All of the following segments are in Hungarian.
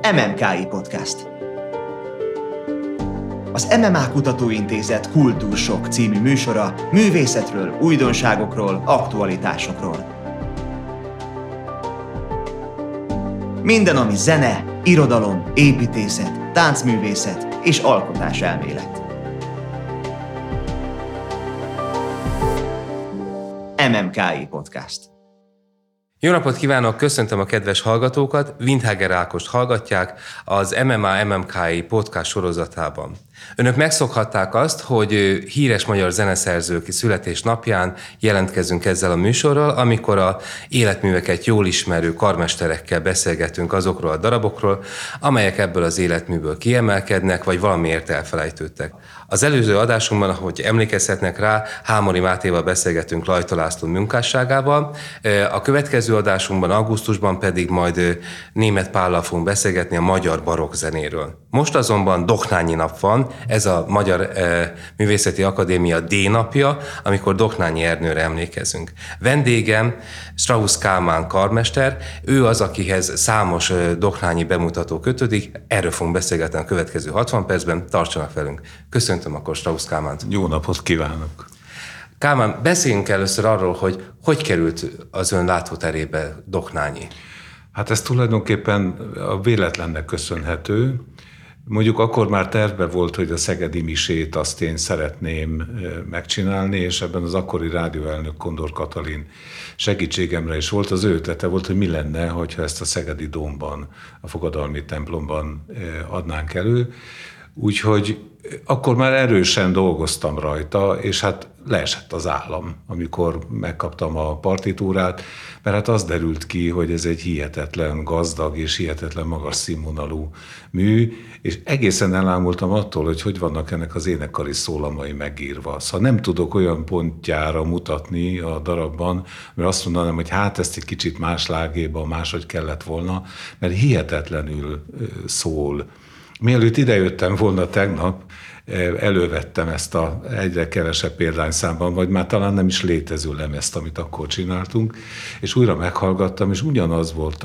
MMKI Podcast. Az MMA Kutatóintézet Kultúrsok című műsora művészetről, újdonságokról, aktualitásokról. Minden, ami zene, irodalom, építészet, táncművészet és alkotáselmélet. MMKI Podcast. Jó napot kívánok, köszöntöm a kedves hallgatókat, Windhager Ákost hallgatják az MMA MMKI podcast sorozatában. Önök megszokhatták azt, hogy híres magyar zeneszerzők születésnapján jelentkezünk ezzel a műsorral, amikor a életműveket jól ismerő karmesterekkel beszélgetünk azokról a darabokról, amelyek ebből az életműből kiemelkednek, vagy valamiért elfelejtődtek. Az előző adásunkban, ahogy emlékezhetnek rá, Hámori Mátéval beszélgetünk Lajta László munkásságával, a következő adásunkban, augusztusban pedig majd Németh Pállal fogunk beszélgetni a magyar barokk zenéről. Most azonban Doknányi nap van, ez a Magyar Művészeti Akadémia D-napja, amikor Doknányi Ernőre emlékezünk. Vendégem Strauss Kálmán karmester, ő az, akihez számos doknányi bemutató kötődik, erről fogunk beszélgetni a következő 60 percben, tartsanak velünk. Köszöntöm akkor Strauss Kálmánt. Jó napot kívánok! Kálmán, beszéljünk először arról, hogy került az ön látóterébe Doknányi. Hát ez tulajdonképpen a véletlennek köszönhető. Mondjuk akkor már tervben volt, hogy a szegedi misét azt én szeretném megcsinálni, és ebben az akkori rádióelnök Kondor Katalin segítségemre is volt. Az ő ötlete volt, hogy mi lenne, hogyha ezt a szegedi dómban, a fogadalmi templomban adnánk elő. Úgyhogy akkor már erősen dolgoztam rajta, és hát leesett az állam, amikor megkaptam a partitúrát, mert hát az derült ki, hogy ez egy hihetetlen gazdag és hihetetlen magas színvonalú mű, és egészen elámultam attól, hogy vannak ennek az énekkari szólamai megírva. Szóval nem tudok olyan pontjára mutatni a darabban, mert azt mondanám, hogy hát ezt egy kicsit más lágéban, máshogy kellett volna, mert hihetetlenül szól. Mielőtt idejöttem volna tegnap, elővettem ezt a egyre kevesebb példányszámban, vagy már talán nem is létező lemezt, amit akkor csináltunk, és újra meghallgattam, és ugyanaz volt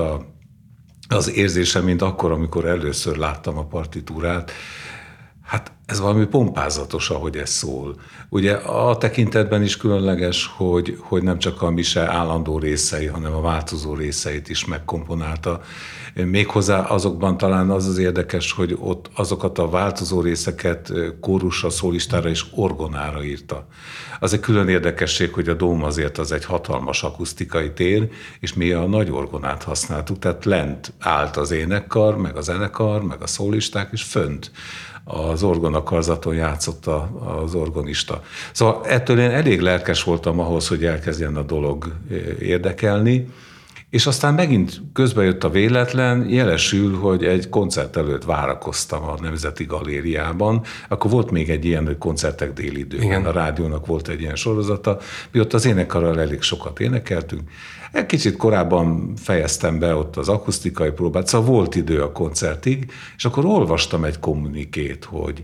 az érzésem, mint akkor, amikor először láttam a partitúrát. Hát ez valami pompázatos, ahogy ez szól. Ugye a tekintetben is különleges, hogy nem csak a mise állandó részei, hanem a változó részeit is megkomponálta. Méghozzá azokban talán az érdekes, hogy ott azokat a változó részeket kórusra, szólistára és orgonára írta. Az egy külön érdekesség, hogy a dóm azért az egy hatalmas akusztikai tér, és mi a nagy orgonát használtuk, tehát lent állt az énekkar, meg a zenekar, meg a szólisták, és fönt az orgonakarzaton játszott az orgonista. Szóval ettől én elég lelkes voltam ahhoz, hogy elkezdjen a dolog érdekelni, és aztán megint közben jött a véletlen, jelesül, hogy egy koncert előtt várakoztam a Nemzeti Galériában, akkor volt még egy ilyen, hogy koncertek délidőben, igen. A rádiónak volt egy ilyen sorozata, mi ott az énekkarral elég sokat énekeltünk. Egy kicsit korábban fejeztem be ott az akusztikai próbát, szóval volt idő a koncertig, és akkor olvastam egy kommunikét, hogy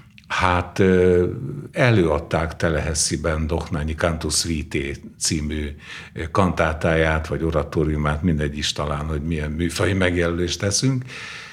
hát előadták Telehessziben Doknányi Cantus Vitae című kantátáját, vagy oratóriumát, mindegy is talán, hogy milyen műfaji megjelölést teszünk.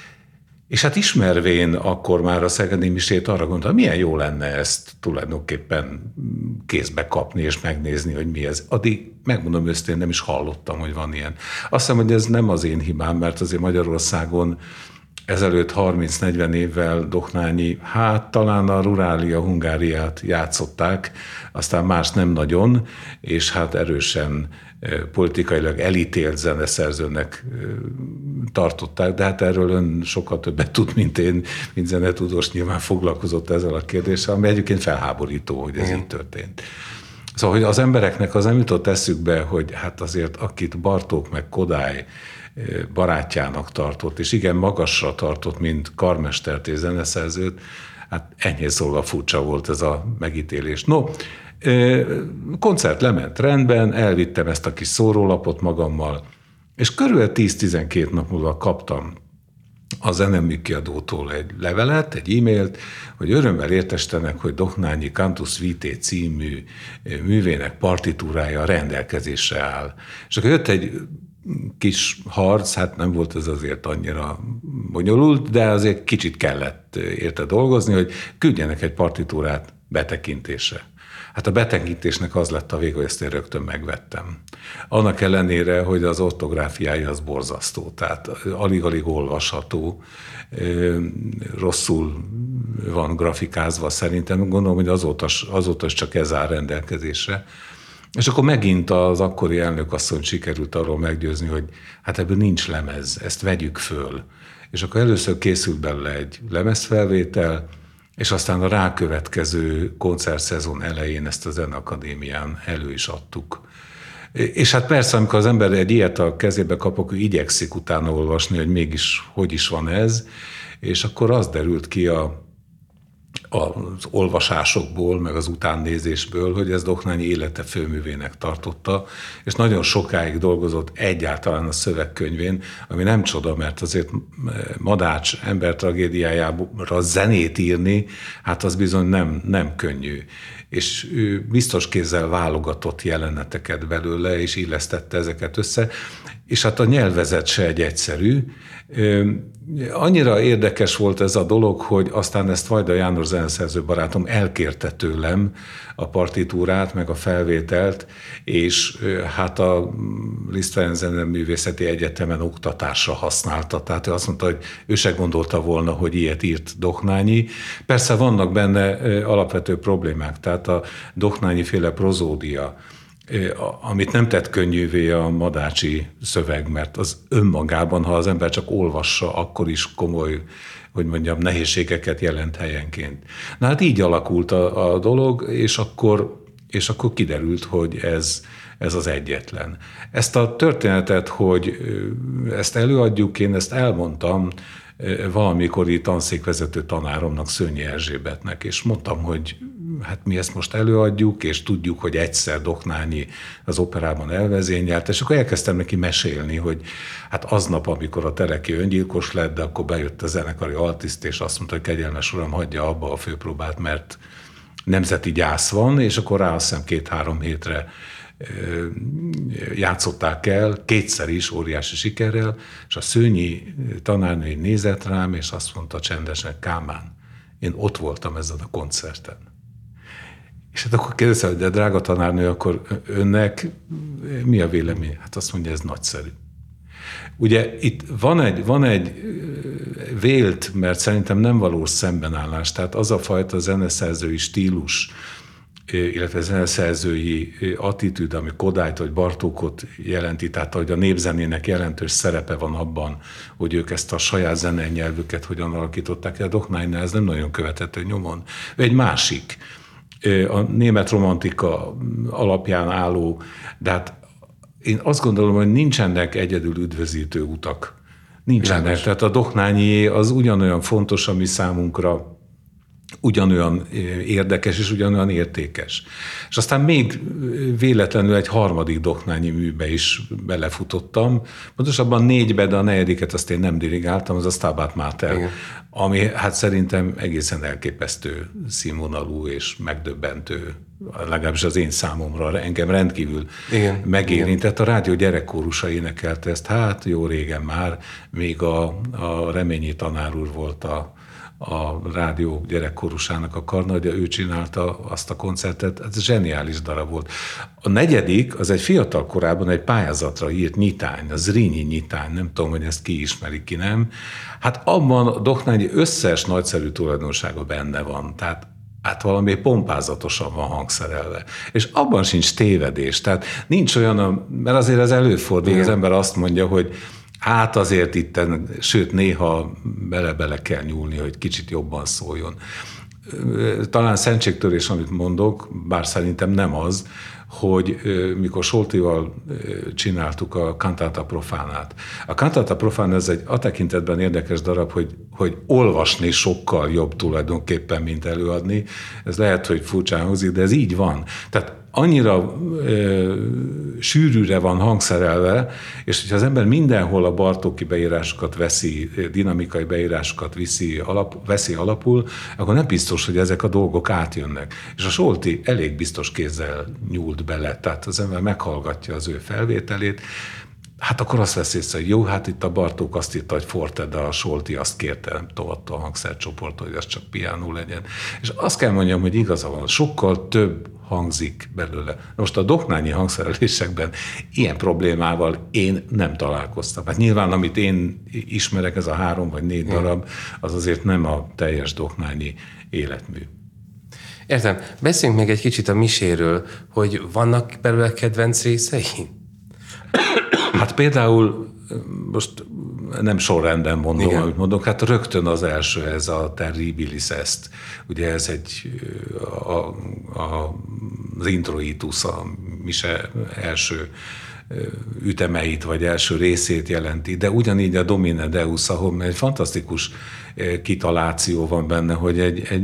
És hát ismervén akkor már a szegedi misét arra gondoltam, milyen jó lenne ezt tulajdonképpen kézbe kapni és megnézni, hogy mi ez. Addig, megmondom őszintén, nem is hallottam, hogy van ilyen. Azt hiszem, hogy ez nem az én hibám, mert azért Magyarországon ezelőtt 30-40 évvel Doknányi, hát talán a Rurália Hungáriát játszották, aztán más nem nagyon, és hát erősen politikailag elítélt zeneszerzőnek tartották, de hát erről ön sokkal többet tud, mint én, mint zenetudós, nyilván foglalkozott ezzel a kérdéssel, ami egyébként felháborító, hogy ez így történt. Szóval, hogy az embereknek az nem jutott eszükbe, hogy hát azért akit Bartók meg Kodály barátjának tartott, és igen magasra tartott, mint karmestert és zeneszerzőt, hát ennyi szólva furcsa volt ez a megítélés. No, koncert lement rendben, elvittem ezt a kis szórólapot magammal, és körülbelül 10-12 nap múlva kaptam a Zenemű Kiadótól egy levelet, egy e-mailt, hogy örömmel értesítenek, hogy Doknányi Cantus Vitae című művének partitúrája rendelkezésre áll. És akkor jött egy kis harc, hát nem volt ez azért annyira bonyolult, de azért kicsit kellett érte dolgozni, hogy küldjenek egy partitúrát betekintésre. Hát a betekintésnek az lett a vége, hogy ezt én rögtön megvettem. Annak ellenére, hogy az ortográfiája az borzasztó, tehát alig-alig olvasható, rosszul van grafikázva szerintem, gondolom, hogy azóta csak ez áll rendelkezésre. És akkor megint az akkori elnökasszony sikerült arról meggyőzni, hogy hát ebből nincs lemez, ezt vegyük föl. És akkor először készült belőle egy lemezfelvétel, és aztán a rákövetkező koncertszezon elején ezt a Zeneakadémián elő is adtuk. És hát persze, amikor az ember egy ilyet a kezébe kap, akkor igyekszik utána olvasni, hogy mégis hogy is van ez, és akkor az derült ki az olvasásokból, meg az utánnézésből, hogy ez Dohnányi élete főművének tartotta, és nagyon sokáig dolgozott egyáltalán a szövegkönyvén, ami nem csoda, mert azért Madács ember tragédiájára zenét írni, hát az bizony nem könnyű. És ő biztos kézzel válogatott jeleneteket belőle, és illesztette ezeket össze, és hát a nyelvezet se egy egyszerű. Annyira érdekes volt ez a dolog, hogy aztán ezt Vajda János zeneszerző barátom elkérte tőlem a partitúrát, meg a felvételt, és hát a Liszt Ferenc Zeneművészeti Egyetemen oktatásra használta. Tehát ő azt mondta, hogy ő se gondolta volna, hogy ilyet írt Dohnányi. Persze vannak benne alapvető problémák, tehát a Dohnányi-féle prozódia, amit nem tett könnyűvé a madácsi szöveg, mert az önmagában, ha az ember csak olvassa, akkor is komoly, hogy mondjam, nehézségeket jelent helyenként. Na hát így alakult a dolog, és akkor kiderült, hogy ez az egyetlen. Ezt a történetet, hogy ezt előadjuk, én ezt elmondtam valamikori tanszékvezető tanáromnak, Szőnyi Erzsébetnek, és mondtam, hogy hát mi ezt most előadjuk, és tudjuk, hogy egyszer Dohnányi az operában elvezényelt, és akkor elkezdtem neki mesélni, hogy hát aznap, amikor a Teleki öngyilkos lett, de akkor bejött a zenekari altiszt, és azt mondta, hogy kegyelmes uram, hagyja abba a főpróbát, mert nemzeti gyász van, és akkor rá azt hiszem 2-3 hétre játszották el, kétszer is óriási sikerrel, és a Szőnyi tanárnő nézett rám, és azt mondta csendesen, Kálmán, én ott voltam ezen a koncerten. És hát akkor kérdezte, hogy de drága tanárnő, akkor önnek mi a vélemény? Hát azt mondja, ez nagyszerű. Ugye itt van egy vélt, mert szerintem nem valós szembenállás, tehát az a fajta zeneszerzői stílus, illetve zeneszerzői attitűd, ami Kodályt vagy Bartókot jelenti, tehát hogy a népzenének jelentős szerepe van abban, hogy ők ezt a saját zenenyelvüket hogyan alakították el. Dohnánynál ez nem nagyon követhető nyomon. Egy másik, a német romantika alapján álló, de hát én azt gondolom, hogy nincsenek egyedül üdvözítő utak. Nincsenek. Lágos. Tehát a Dohnányié az ugyanolyan fontos, ami számunkra ugyanolyan érdekes és ugyanolyan értékes. És aztán még véletlenül egy harmadik Dohnányi műbe is belefutottam, pontosabban 4-be, de a 4-et azt én nem dirigáltam, az a Stabat Mater, igen, ami hát szerintem egészen elképesztő színvonalú és megdöbbentő, legalábbis az én számomra engem rendkívül megérintett. A rádió gyerekkórusa énekelte ezt, hát jó régen már, még a Reményi tanár úr volt a rádió gyerekkórusának a karnagy, ő csinálta azt a koncertet, ez zseniális darab volt. A 4. az egy fiatal korában egy pályázatra írt nyitány, a Zrínyi nyitány, nem tudom, hogy ezt ki ismeri, ki nem. Hát abban Dohnányi összes nagyszerű tulajdonsága benne van, tehát hát valami pompázatosan van hangszerelve. És abban sincs tévedés, tehát nincs olyan, mert azért ez előfordul, hogy az ember azt mondja, hogy hát azért itt, sőt néha bele-bele kell nyúlni, hogy kicsit jobban szóljon. Talán szentségtörés, amit mondok, bár szerintem nem az, hogy mikor Soltival csináltuk a Cantata Profánát. A Cantata Profán ez egy a tekintetben érdekes darab, hogy olvasni sokkal jobb tulajdonképpen, mint előadni. Ez lehet, hogy furcsán hangzik, de ez így van. Tehát annyira sűrűre van hangszerelve, és hogyha az ember mindenhol a Bartóki beírásokat veszi, dinamikai beírásokat veszi alapul, akkor nem biztos, hogy ezek a dolgok átjönnek. És a Solti elég biztos kézzel nyúlt bele, tehát az ember meghallgatja az ő felvételét, Hát akkor azt vesz észre, hogy jó, hát itt a Bartók azt írta, hogy forte, de a Solti azt kérte, nem tovatta a hangszercsoport, hogy az csak piánó legyen. És azt kell mondjam, hogy igaza van, sokkal több hangzik belőle. Most a doknányi hangszerelésekben ilyen problémával én nem találkoztam. Hát nyilván, amit én ismerek, ez a 3 vagy 4 darab, az azért nem a teljes doknányi életmű. Értem. Beszéljünk még egy kicsit a miséről, hogy vannak belőle kedvenc részei? Hát például most nem sorrendben mondom, igen, amit mondok, hát rögtön az első, ez a Terribilis Est. Ugye ez az introitus, a mise első ütemeit, vagy első részét jelenti, de ugyanígy a Domine Deus, ahol egy fantasztikus kitaláció van benne, hogy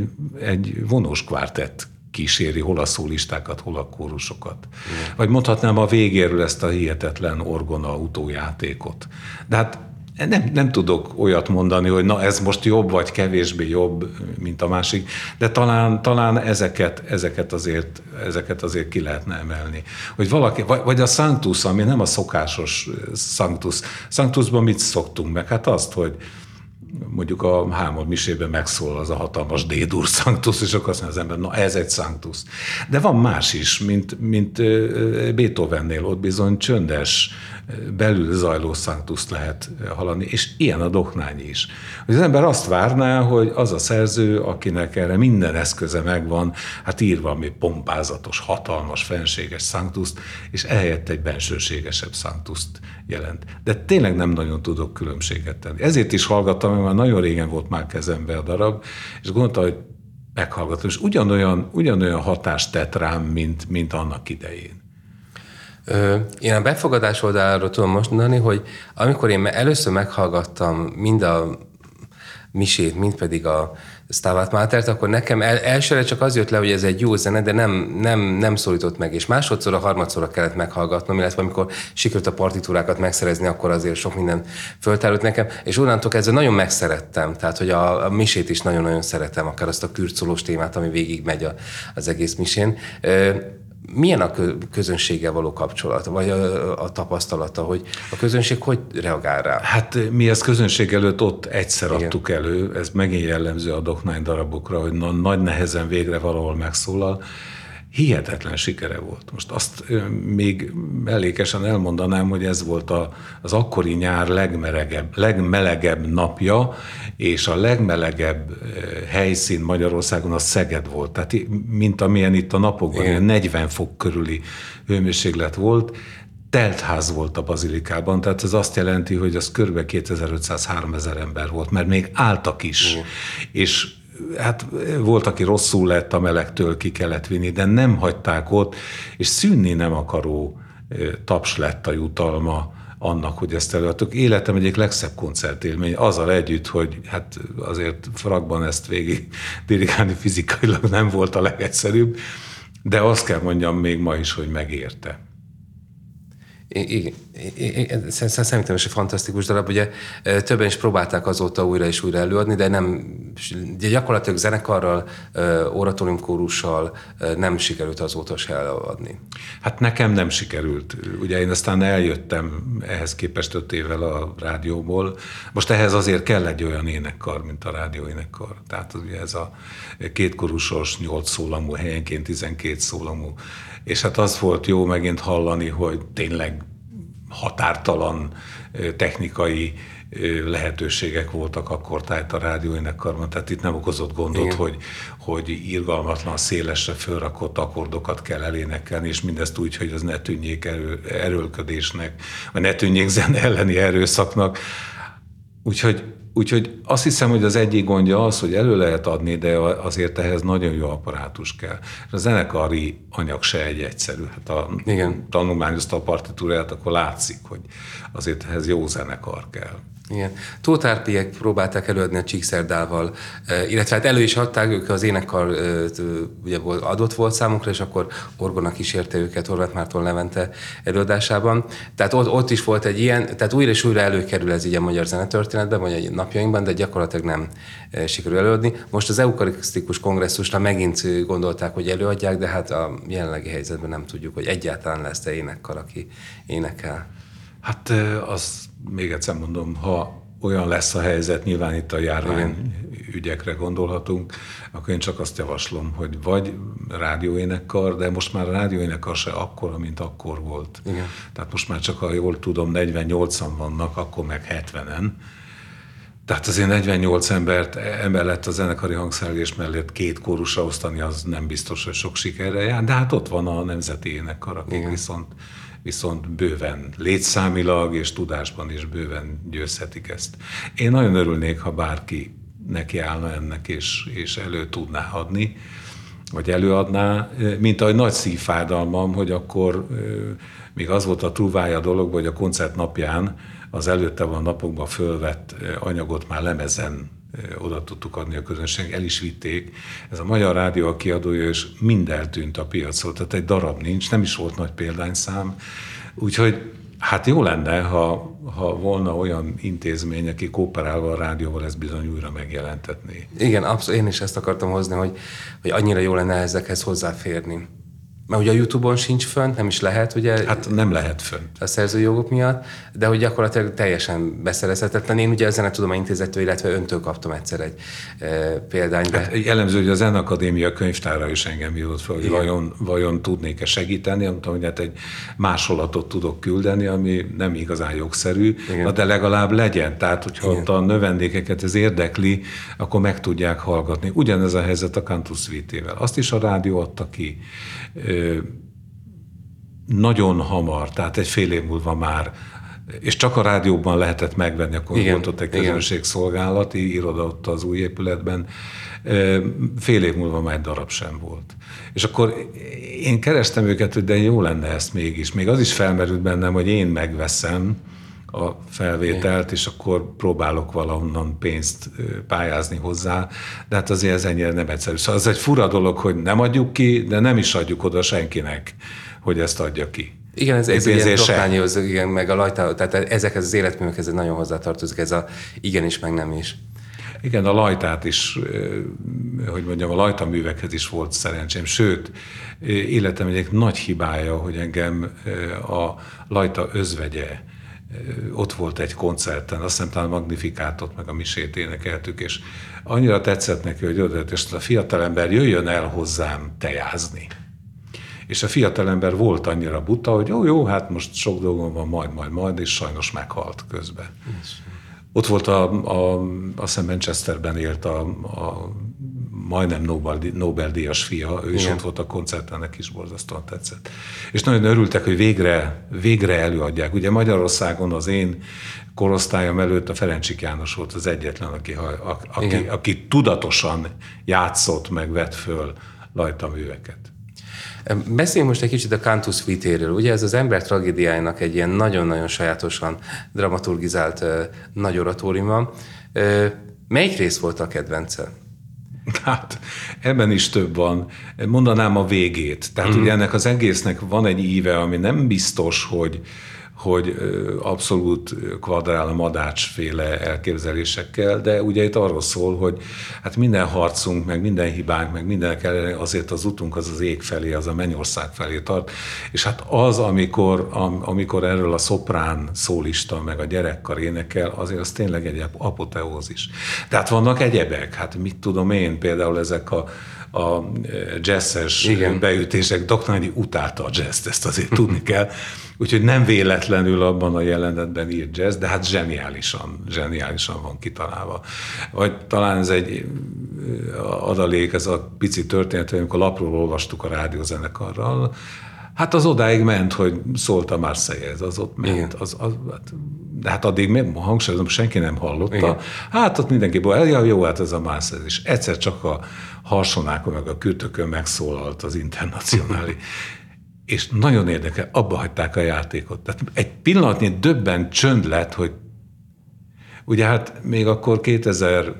egy vonós kvártett kíséri hol a szólistákat, hol a kórusokat. Igen. Vagy mondhatnám a végéről ezt a hihetetlen orgona utójátékot. De hát nem tudok olyat mondani, hogy na ez most jobb vagy kevésbé jobb, mint a másik, de talán ezeket azért ki lehetne emelni. Hogy valaki, vagy a Sanctus, ami nem a szokásos Sanctus. Sanctusban mit szoktunk meg? Hát azt, hogy mondjuk a Hámod misében megszólal az a hatalmas D-dur Sanctus, és akkor azt mondja az ember, na ez egy Sanctus. De van más is, mint Beethovennél, ott bizony csöndes, belül zajló Sanctust lehet hallani, és ilyen a Doknányi is. Hogy az ember azt várná, hogy az a szerző, akinek erre minden eszköze megvan, hát ír valami pompázatos, hatalmas, fenséges Sanctust, és ehelyett egy bensőségesebb Sanctust jelent. De tényleg nem nagyon tudok különbséget tenni. Ezért is hallgattam, mert már nagyon régen volt már kezembe a darab, és gondoltam, hogy meghallgatom, és ugyanolyan hatást tett rám, mint annak idején. Én a befogadás oldaláról tudom most mondani, hogy amikor én először meghallgattam mind a misét, mind pedig a Stabat Matert, akkor nekem elsőre csak az jött le, hogy ez egy jó zene, de nem szólított meg, és másodszorra, harmadszorra kellett meghallgatnom, illetve amikor sikerült a partitúrákat megszerezni, akkor azért sok minden föltárult nekem, és onnantól kezdve nagyon megszerettem, tehát hogy a misét is nagyon-nagyon szeretem, akár azt a kürtszólós témát, ami végig megy az egész misén. Milyen a közönséggel való kapcsolat, vagy a tapasztalata, hogy a közönség hogy reagál rá? Hát mi ezt közönség előtt ott egyszer adtuk elő, ez megint jellemző a Doknány darabokra, hogy nagy nehezen végre valahol megszólal. Hihetetlen sikere volt. Most azt még mellékesen elmondanám, hogy ez volt az akkori nyár legmelegebb napja, és a legmelegebb helyszín Magyarországon a Szeged volt. Tehát mint amilyen itt a napokban, 40 fok körüli hőmérséklet volt, teltház volt a bazilikában, tehát ez azt jelenti, hogy az kb. 2500-3000 ember volt, mert még álltak is. És hát volt, aki rosszul lett, a melegtől ki kellett vinni, de nem hagyták ott, és szűnni nem akaró taps lett a jutalma annak, hogy ezt előadtuk. Életem egyik legszebb koncertélmény, azzal együtt, hogy hát azért frakban ezt végig dirigálni fizikailag nem volt a legegyszerűbb, de azt kell mondjam még ma is, hogy megérte. Igen, szerintem is egy fantasztikus darab, ugye többen is próbálták azóta újra és újra előadni, de de gyakorlatilag zenekarral, oratóriumkórussal nem sikerült azóta se előadni. Hát nekem nem sikerült. Ugye én aztán eljöttem ehhez képest 5 évvel a rádióból. Most ehhez azért kell egy olyan énekkar, mint a rádióénekkar. Tehát ugye ez a 2 korusos, 8 szólamú, helyenként 12 szólamú. És hát az volt jó megint hallani, hogy tényleg határtalan technikai lehetőségek voltak akkor tájt a rádióénekkarban, tehát itt nem okozott gondot, hogy irgalmatlan, szélesre fölrakott akkordokat kell elénekelni, és mindezt úgy, hogy az ne tűnjék erőlködésnek, vagy ne tűnjék zene elleni erőszaknak. Úgyhogy azt hiszem, hogy az egyik gondja az, hogy elő lehet adni, de azért ehhez nagyon jó apparátus kell. A zenekari anyag se egyszerű. Hát tanulmányozta a partitúrát, akkor látszik, hogy azért ehhez jó zenekar kell. Igen. Tóth Árpiek próbálták előadni a Csíkszerdával, illetve hát elő is adták, ők az énekkar ugye adott volt számunkra, és akkor orgona kísérte őket Horváth Márton Levente előadásában. Tehát ott is volt egy ilyen, tehát újra és újra előkerül ez így a magyar zenetörténetben, vagy egy napjainkban, de gyakorlatilag nem sikerül előadni. Most az eukarisztikus kongresszusra megint gondolták, hogy előadják, de hát a jelenlegi helyzetben nem tudjuk, hogy egyáltalán lesz-e énekkar, aki énekel. Hát az még egyszer mondom, ha olyan lesz a helyzet, nyilván itt a járvány ügyekre gondolhatunk, akkor én csak azt javaslom, hogy vagy rádióénekkar, de most már a rádióénekkar se akkora, mint akkor volt. Igen. Tehát most már csak, ha jól tudom, 48-an vannak, akkor meg 70-en. Tehát azért 48 embert emellett a zenekari hangszerelés mellett 2 kórusra osztani, az nem biztos, hogy sok sikerre jár, de hát ott van a nemzeti énekkar, akik viszont bőven létszámilag és tudásban is bőven győzhetik ezt. Én nagyon örülnék, ha bárki neki állna ennek, és elő tudná adni, vagy előadná, mint ahogy nagy szívfájdalmam, hogy akkor még az volt a trúvája dolog, hogy a koncert napján az előtte van napokban fölvett anyagot már lemezen oda tudtuk adni a közönségnek, el is vitték. Ez a Magyar Rádió a kiadója, és mind eltűnt a piacról, tehát egy darab nincs, nem is volt nagy példányszám. Úgyhogy hát jó lenne, ha volna olyan intézmény, aki kooperálva a rádióval ezt bizony újra megjelentetné. Igen, abszolút, én is ezt akartam hozni, hogy annyira jó lenne ezekhez hozzáférni. Mert ugye a YouTube-on sincs fönt, nem is lehet, ugye? Hát nem lehet fönt. A szerzői jogok miatt, de hogy gyakorlatilag teljesen beszerezhetetlen. Én ugye a Zenetudomány Intézettől, illetve öntől kaptam egyszer egy példányt. Hát jellemző, hogy a Zenakadémia könyvtára is engem jutott fel, hogy vajon tudnék-e segíteni. Mondtam, hogy hát egy másolatot tudok küldeni, ami nem igazán jogszerű, de legalább legyen. Tehát, hogyha ott a növendékeket ez érdekli, akkor meg tudják hallgatni. Ugyanez a helyzet a Cantus Suite-vel. Azt is a rádió adta ki. Nagyon hamar, tehát egy fél év múlva már, és csak a rádióban lehetett megvenni, akkor volt ott egy közönségszolgálati iroda ott az új épületben, fél év múlva már egy darab sem volt. És akkor én kerestem őket, hogy de jó lenne ezt mégis. Még az is felmerült bennem, hogy én megveszem a felvételt, és akkor próbálok valahonnan pénzt pályázni hozzá, de hát azért ez ennyire nem egyszerű. Szóval ez egy fura dolog, hogy nem adjuk ki, de nem is adjuk oda senkinek, hogy ezt adja ki. Igen, ez egy ilyen doktányhoz, igen, meg a lajtá, tehát ezekhez az életművekhez nagyon hozzátartozik, ez a igen is, meg nem is. Igen, a lajtát is, hogy mondjam, a lajtaművekhez is volt szerencsém, sőt, életem egyik nagy hibája, hogy engem a lajta özvegye ott volt egy koncerten, azt hiszem talán Magnifikátot meg a misét énekeltük, és annyira tetszett neki, hogy oda, és a fiatalember jöjjön el hozzám tejázni. És a fiatalember volt annyira buta, hogy jó, hát most sok dolgom van, majd, és sajnos meghalt közben. Ott volt azt hiszem Manchesterben élt a majdnem Nobel-díjas fia, ő is ott volt a koncerten, neki is borzasztóan tetszett. És nagyon örültek, hogy végre előadják. Ugye Magyarországon az én korosztályom előtt a Ferencsik János volt az egyetlen, aki tudatosan játszott, meg vett föl lajtaműveket. Beszéljünk most egy kicsit a Cantus Suite-ről. Ugye ez az ember tragédiájának egy ilyen nagyon-nagyon sajátosan dramaturgizált nagy oratóriuma. Melyik rész volt a kedvence? Hát ebben is több van. Mondanám a végét. Tehát ugye ennek az egésznek van egy íve, ami nem biztos, hogy abszolút kvadrál a madácsféle elképzelésekkel, de ugye itt arról szól, hogy hát minden harcunk, meg minden hibánk, meg mindenek ellenére azért az utunk az ég felé, az a mennyország felé tart, és hát az, amikor erről a szoprán szólista, meg a gyerekkar énekel, azért az tényleg egy apoteózis. De hát vannak egyebek, hát mit tudom én, például ezek a jazzes beütések, Doknányi utálta a jazzt, ezt azért tudni kell, úgyhogy nem véletlenül abban a jelenetben írt jazz, de hát zseniálisan van kitalálva. Vagy talán ez egy adalék, ez a pici történet, amikor lapról olvastuk a rádiózenekarral, hát az odáig ment, hogy szólt a Marseillaise, az ott ment. De hát addig hangsúlyozom, senki nem hallotta. Igen. Hát ott mindenki jó, hát ez a Marseillaise. És egyszer csak a harsonákon, meg a kürtökön megszólalt az Internacionális. És nagyon érdekel, abba hagyták a játékot. Tehát egy pillanatnyi döbben csönd lett, hogy ugye hát még akkor 2003-at,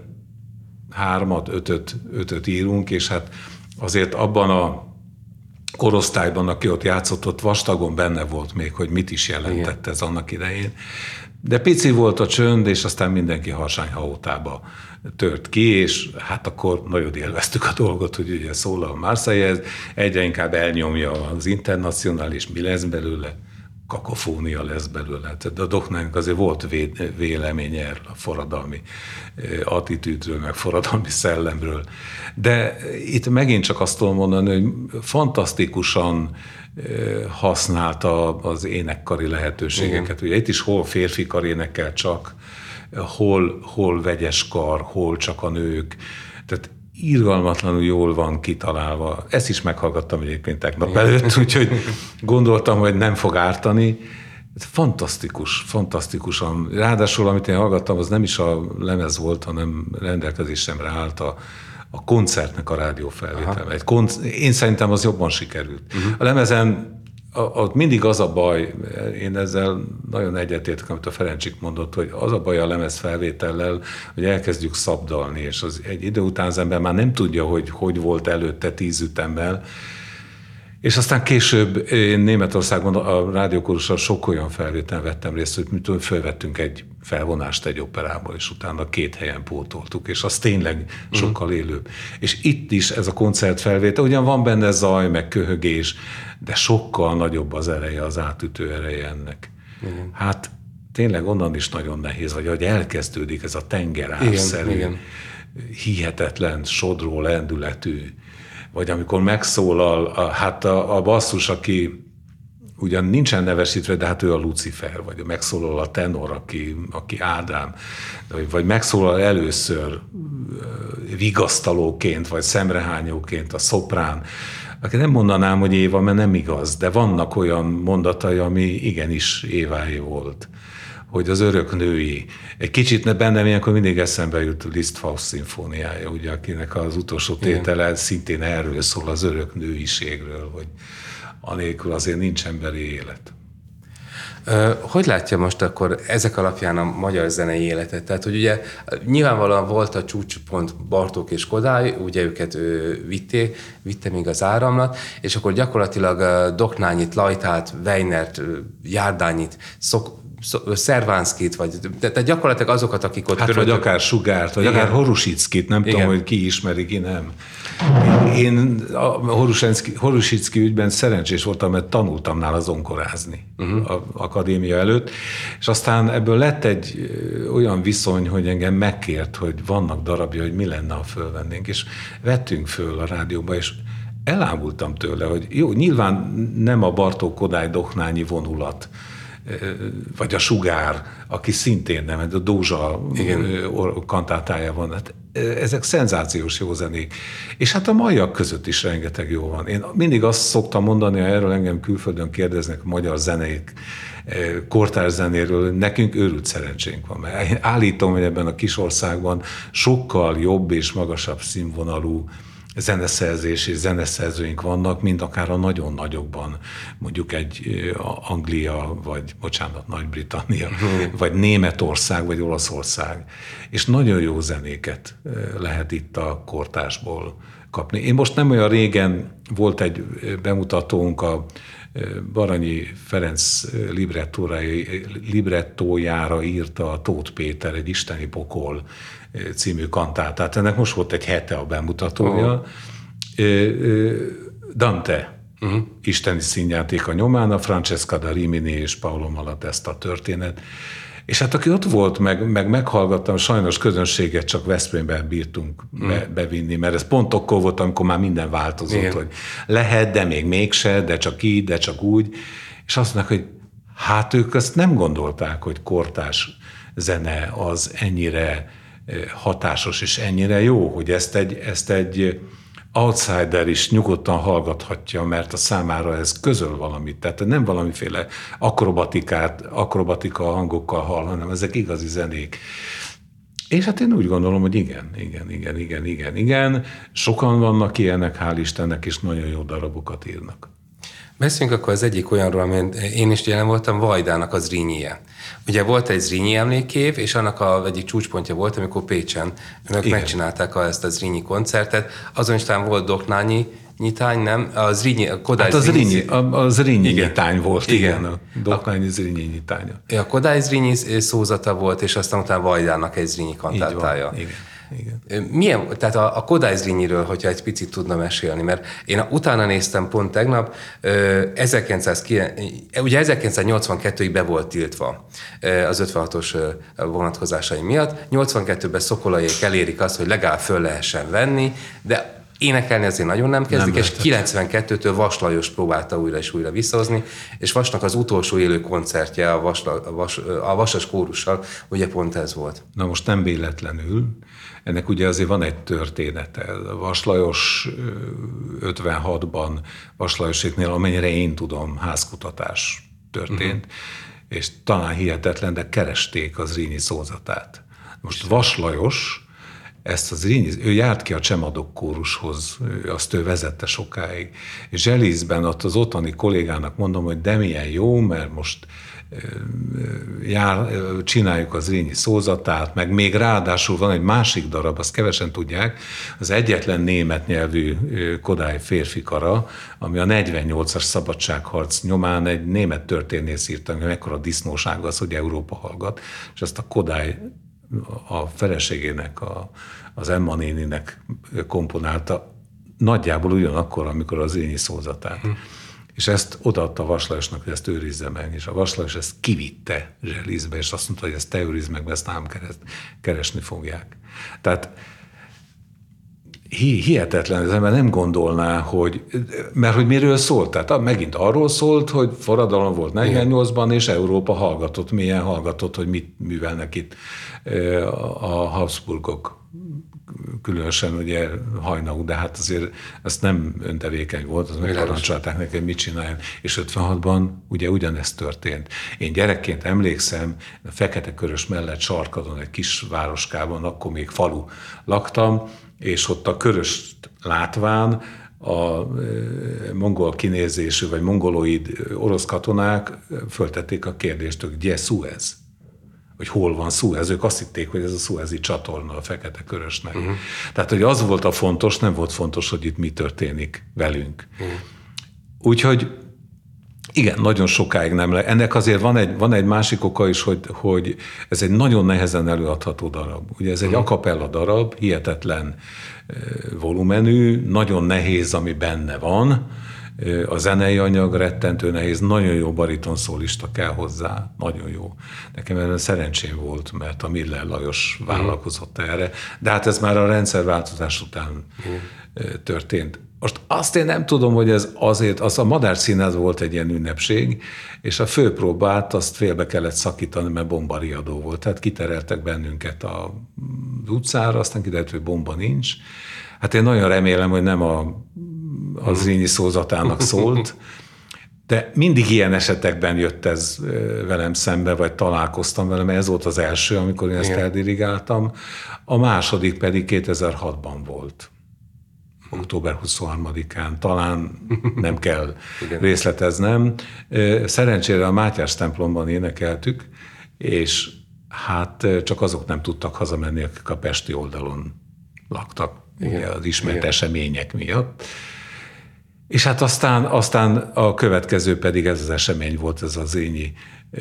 5-öt írunk, és hát azért abban a korosztályban, aki ott játszott, ott vastagon benne volt még, hogy mit is jelentett ez annak idején. De pici volt a csönd, és aztán mindenki harsányhaótába tört ki, és hát akkor nagyon élveztük a dolgot, hogy ugye szól a Marseillaise, egyre inkább elnyomja az Internacionális, mi lesz belőle, kakofónia lesz belőle. De a Doknánynak azért volt véleménye erről a forradalmi attitűdről, meg forradalmi szellemről. De itt megint csak azt tudom mondani, hogy fantasztikusan használta az énekkari lehetőségeket. Ugye itt is hol férfi kar énekel csak, hol vegyes kar, hol csak a nők. Tehát irgalmatlanul jól van kitalálva. Ezt is meghallgattam egyébként tegnap előtt, úgyhogy gondoltam, hogy nem fog ártani. Fantasztikusan. Ráadásul, amit én hallgattam, az nem is a lemez volt, hanem rendelkezésemre állt a koncertnek a rádiófelvétel. Én szerintem az jobban sikerült. A lemezen ott mindig az a baj, én ezzel nagyon egyetértek, amit a Ferencsik mondott, hogy az a baj a lemezfelvétellel, hogy elkezdjük szabdalni, és az egy idő után az ember már nem tudja, hogy volt előtte 10 ütemmel, és aztán később én Németországban a rádiókórussal sok olyan felvételen vettem részt, hogy fölvettünk egy felvonást egy operából, és utána 2 helyen pótoltuk, és az tényleg sokkal élőbb. És itt is ez a koncertfelvétel, ugyan van benne zaj, meg köhögés, de sokkal nagyobb az ereje, az átütő ereje ennek. Hát tényleg onnan is nagyon nehéz, vagy hogy elkezdődik ez a tengerárszerű, hihetetlen, sodró lendületű, vagy amikor megszólal a basszus, aki ugyan nincsen nevesítve, de hát ő a Lucifer, vagy megszólal a tenor, aki Ádám, vagy megszólal először vigasztalóként, vagy szemrehányóként a szoprán, aki nem mondanám, hogy Éva, mert nem igaz, de vannak olyan mondatai, ami igenis Éváé volt, hogy az örök női. Egy kicsit bennem ilyenkor mindig eszembe jut Liszt Faust szimfóniája, ugye, akinek az utolsó tétele szintén erről szól, az örök nőiségről, hogy anélkül azért nincs emberi élet. Hogy látja most akkor ezek alapján a magyar zenei életet? Tehát, hogy ugye nyilvánvalóan volt a csúcspont Bartók és Kodály, ugye őket vitte még az áramlat, és akkor gyakorlatilag Doknányit, Lajtát, Weinert, Járdányit, Szervánszkit, vagy tehát gyakorlatilag azokat, akik ott vagy akár Sugárt, vagy akár Horusickit, nem tudom, hogy ki ismeri, ki nem. Én a Horusicki ügyben szerencsés voltam, mert tanultam nála zongorázni az akadémia előtt, és aztán ebből lett egy olyan viszony, hogy engem megkért, hogy vannak darabja, hogy mi lenne, ha fölvennénk, és vettünk föl a rádióba, és elámultam tőle, hogy jó, nyilván nem a Bartók Kodály Doknányi vonulat, vagy a Sugár, aki szintén nem, a Dózsa kantátája van. Hát ezek szenzációs jó zenék. És hát a maiak között is rengeteg jó van. Én mindig azt szoktam mondani, ha erről engem külföldön kérdeznek a magyar zenék, kortárs zenéről, nekünk őrült szerencsénk van. Mert én állítom, hogy ebben a kis országban sokkal jobb és magasabb színvonalú zeneszerzés és zeneszerzőink vannak, mint akár a nagyon nagyokban, mondjuk egy Anglia, vagy Nagy-Britannia, vagy Németország, vagy Olaszország. És nagyon jó zenéket lehet itt a kortársból kapni. Én most nem olyan régen volt egy bemutatónk, a Baranyi Ferenc librettójára írta a Tóth Péter egy Isteni pokol című kantátát. Ennek most volt egy hete a bemutatója. Dante isteni színjátéka nyomán, a Francesca da Rimini és Paolo Malatesta történet. És hát aki ott volt, meg meghallgattam, sajnos közönséget csak Veszprémben bírtunk bevinni, mert ez pont akkor volt, amikor már minden változott, hogy lehet, de még mégse, de csak így, de csak úgy. És azt mondják, hogy hát ők azt nem gondolták, hogy kortárs zene az ennyire hatásos és ennyire jó, hogy ezt egy outsider is nyugodtan hallgathatja, mert a számára ez közöl valamit. Tehát nem valamiféle akrobatika hangokkal hall, hanem ezek igazi zenék. És hát én úgy gondolom, hogy igen. Sokan vannak ilyenek, hál' Istennek, és nagyon jó darabokat írnak. Beszéljünk akkor az egyik olyanról, amin én is jelen voltam, Vajdának az Zrínije. Ugye volt egy Zrínyi emlékév, és annak egyik csúcspontja volt, amikor Pécsen önök megcsinálták ezt a Zrínyi koncertet. Azon is talán volt Doknányi nyitány, nem? A Kodály Zrínyi. A Zrínyi nyitány volt, igen. A Doknányi Zrínyi nyitánya. A Kodály Zrínyi szózata volt, és aztán utána Vajdának egy Zrínyi kantátája. igen. Milyen, tehát a Kodály Zrínyiről, hogyha egy picit tudna mesélni, mert én utána néztem pont tegnap, ugye 1982-ig be volt tiltva az 56-os vonatkozásai miatt. 82-ben Szokolaiék elérik azt, hogy legalább föl lehessen venni, de énekelni azért nagyon nem kezdik, és 92-től Vas Lajos próbálta újra és újra visszahozni, és Vasnak az utolsó élő koncertje a Vasas kórussal, ugye pont ez volt. Na most nem véletlenül, ennek ugye azért van egy története. Vas Lajos 56-ban, Vas Lajoséknél, amennyire én tudom, házkutatás történt, és talán hihetetlen, de keresték az Zrínyi szózatát. Most Vas Lajos ezt az Zrínyi, ő járt ki a Csemadok kórushoz, azt ő vezette sokáig. És Zselízben ott az ottani kollégának mondom, hogy de milyen jó, mert most csináljuk az Zrínyi szózatát, meg még ráadásul van egy másik darab, azt kevesen tudják, az egyetlen német nyelvű Kodály férfi kara, ami a 48-as szabadságharc nyomán egy német történész írta, hogy mekkora disznóság az, hogy Európa hallgat, és ezt a Kodály a feleségének, az Emma néninek komponálta nagyjából ugyanakkor, amikor az Zrínyi szózatát. És ezt odaadta Vas Lajosnak, hogy ezt őrizze meg, és a Vas Lajos ezt kivitte Zselízbe, és azt mondta, hogy ezt te őrizd meg, mert ezt nem keresni fogják. Tehát hihetetlen, az ember nem gondolná, mert hogy miről szólt. Tehát megint arról szólt, hogy forradalom volt 48-ban, és Európa hallgatott, milyen hallgatott, hogy mit művelnek itt a Habsburgok. Különösen ugye Haynau, de hát azért ez nem öntevékeny volt, az megparancsolták neki, hogy mit csináljon. És 56-ban ugye ugyanezt történt. Én gyerekként emlékszem, a Fekete-Körös mellett Sarkadon, egy kis városkában, akkor még falu laktam, és ott a Köröst látván a mongol kinézésű, vagy mongoloid orosz katonák föltették a kérdést, hogy gye Szuez? Hogy hol van Szuez? Ők azt hitték, hogy ez a szuezi csatorna a Fekete-Körösnek. Tehát, hogy az volt a fontos, nem volt fontos, hogy itt mi történik velünk. Úgyhogy igen, nagyon sokáig nem lehet. Ennek azért van egy másik oka is, hogy ez egy nagyon nehezen előadható darab. Ugye ez egy a cappella darab, hihetetlen volumenű, nagyon nehéz, ami benne van. A zenei anyag rettentő nehéz, nagyon jó baritonszólista kell hozzá, nagyon jó. Nekem erre szerencsém volt, mert a Miller Lajos vállalkozott erre, de hát ez már a rendszerváltozás után történt. Most azt én nem tudom, hogy ez azért, az a Madár Színház volt egy ilyen ünnepség, és a főpróbát azt félbe kellett szakítani, mert bombariadó volt. Tehát kitereltek bennünket az utcára, aztán kiderült, hogy bomba nincs. Hát én nagyon remélem, hogy nem az Zrínyi szózatának szólt, de mindig ilyen esetekben jött ez velem szembe, vagy találkoztam vele, mert ez volt az első, amikor én ezt eldirigáltam. A második pedig 2006-ban volt. Október 23-án, talán nem kell részleteznem. Szerencsére a Mátyás templomban énekeltük, és hát csak azok nem tudtak hazamenni, akik a pesti oldalon laktak, ugye, az ismert események miatt. És hát aztán a következő pedig ez az esemény volt, ez az Zrínyi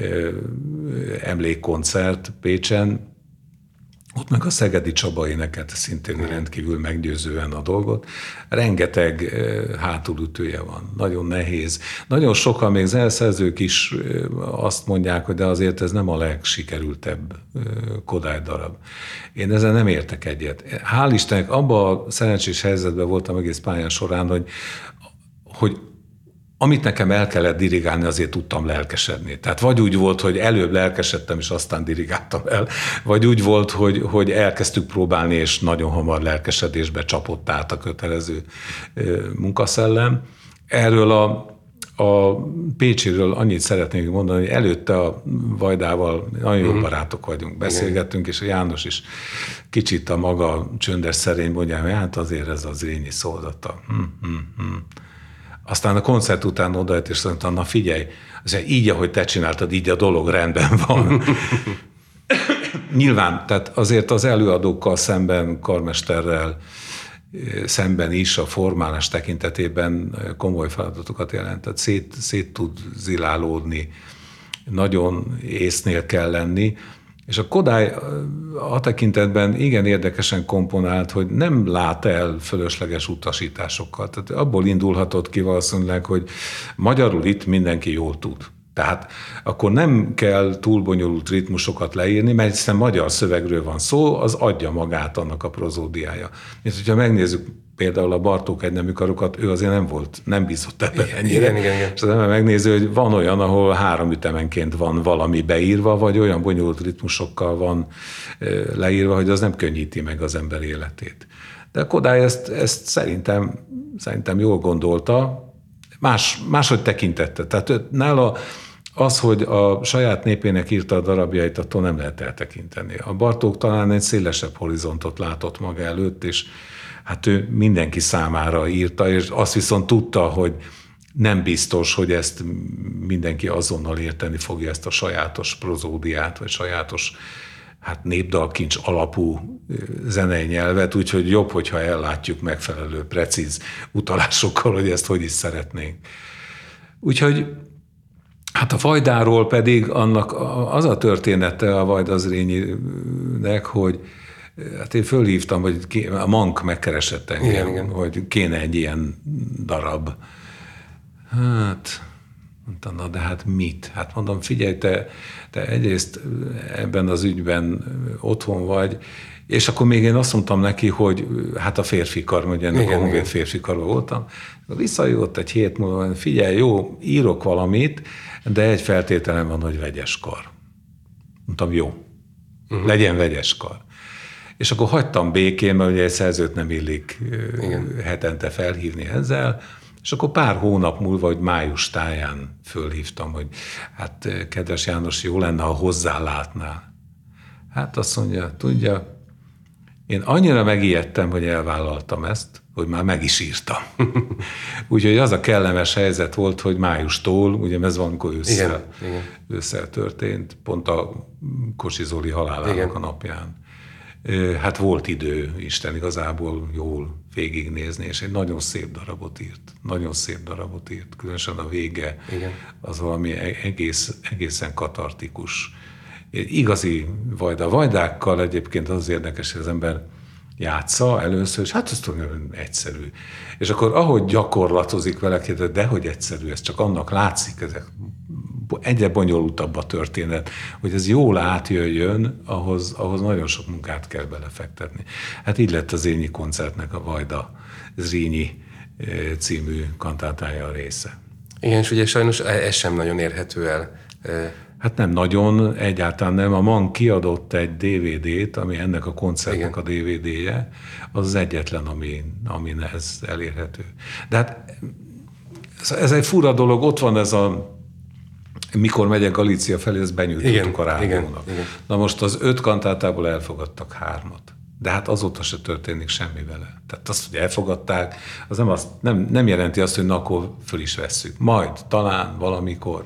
emlékkoncert Pécsen. Ott meg a Szegedi Csaba énekelte szintén rendkívül meggyőzően a dolgot. Rengeteg hátulütője van, nagyon nehéz. Nagyon sokan, még zeneszerzők is azt mondják, hogy de azért ez nem a legsikerültebb Kodály darab. Én ezzel nem értek egyet. Hál' Istennek abban a szerencsés helyzetben voltam egész pályán során, hogy amit nekem el kellett dirigálni, azért tudtam lelkesedni. Tehát vagy úgy volt, hogy előbb lelkesedtem, és aztán dirigáltam el, vagy úgy volt, hogy elkezdtük próbálni, és nagyon hamar lelkesedésbe csapott át a kötelező munkaszellem. Erről a Pécsiről annyit szeretnék mondani, hogy előtte a Vajdával nagyon jó barátok vagyunk, beszélgettünk, és a János is kicsit a maga csöndes szerény mondja, hogy hát azért ez az Zrínyi szózata. Aztán a koncert után odajött, és mondta, na figyelj, azért így, ahogy te csináltad, így a dolog rendben van. Nyilván, tehát azért az előadókkal szemben, karmesterrel szemben is a formálás tekintetében komoly feladatokat jelentett. Szét tud zilálódni, nagyon észnél kell lenni, És a Kodály a tekintetben igen érdekesen komponált, hogy nem lát el fölösleges utasításokkal. Tehát abból indulhatott ki valószínűleg, hogy magyarul itt mindenki jól tud. Tehát akkor nem kell túl bonyolult ritmusokat leírni, mert hiszen magyar szövegről van szó, az adja magát annak a prozódiája. És hogyha megnézzük például a Bartók Egynemű karokat, ő azért nem bízott ebben ennyire. Igen. És az ember megnézi, hogy van olyan, ahol 3 ütemenként van valami beírva, vagy olyan bonyolult ritmusokkal van leírva, hogy az nem könnyíti meg az ember életét. De a Kodály ezt szerintem jól gondolta, máshogy tekintette. Tehát nála az, hogy a saját népének írta a darabjait, attól nem lehet eltekinteni. A Bartók talán egy szélesebb horizontot látott maga előtt, és hát ő mindenki számára írta, és azt viszont tudta, hogy nem biztos, hogy ezt mindenki azonnal érteni fogja, ezt a sajátos prozódiát, vagy sajátos népdalkincs alapú zenei nyelvet, úgyhogy jobb, hogyha ellátjuk megfelelő, precíz utalásokkal, hogy ezt hogy is szeretnénk. Úgyhogy hát a Vajdáról pedig annak az a története a Vajdazrényinek, hogy hát én fölhívtam, hogy a Mank megkeresett engem, igen. Hogy kéne egy ilyen darab. Hát mondtam, na de hát mit? Hát mondom, figyelj, te egyrészt ebben az ügyben otthon vagy, és akkor még én azt mondtam neki, hogy hát a férfi kar, hogy ennek a honvéd férfi karban voltam. Visszajött egy hét múlva, figyelj, jó, írok valamit, de egy feltételem van, hogy vegyes kar. Mondtam, jó, legyen vegyes kar. És akkor hagytam békén, mert ugye egy szerzőt nem illik hetente felhívni ezzel, és akkor pár hónap múlva, hogy május táján fölhívtam, hogy hát kedves János, jó lenne, ha hozzálátnál. Hát azt mondja, tudja, én annyira megijedtem, hogy elvállaltam ezt, hogy már meg is írtam. Úgyhogy az a kellemes helyzet volt, hogy májustól, ugye ez valamikor ősszel történt, pont a Kocsi Zoli halálának a napján. Hát volt idő Isten igazából jól végignézni, és egy nagyon szép darabot írt. Különösen a vége az valami egészen katartikus. Igazi Vajda. Vajdákkal egyébként az érdekes, hogy az ember játsza először, és hát ez nagyon egyszerű. És akkor ahogy gyakorlatozik vele, de hogy egyszerű, ez csak annak látszik, ezek egyre bonyolultabb a történet, hogy ez jól átjöjjön, ahhoz nagyon sok munkát kell belefektetni. Hát így lett az Zrínyi koncertnek a Vajda Zrínyi című kantátája a része. Igen, és ugye sajnos ez sem nagyon érhető el. Hát nem nagyon, egyáltalán nem. A Mank kiadott egy DVD-t, ami ennek a koncertnek a DVD-je, az egyetlen, ami ez elérhető. De hát ez egy fura dolog, ott van ez mikor megyek Galícia felé, ezt benyújtottuk a rádiónak. Igen. Na most az 5 kantátából elfogadtak 3. De hát azóta se történik semmi vele. Tehát azt, hogy elfogadták, az nem jelenti azt, hogy na, akkor föl is vesszük. Majd, talán, valamikor.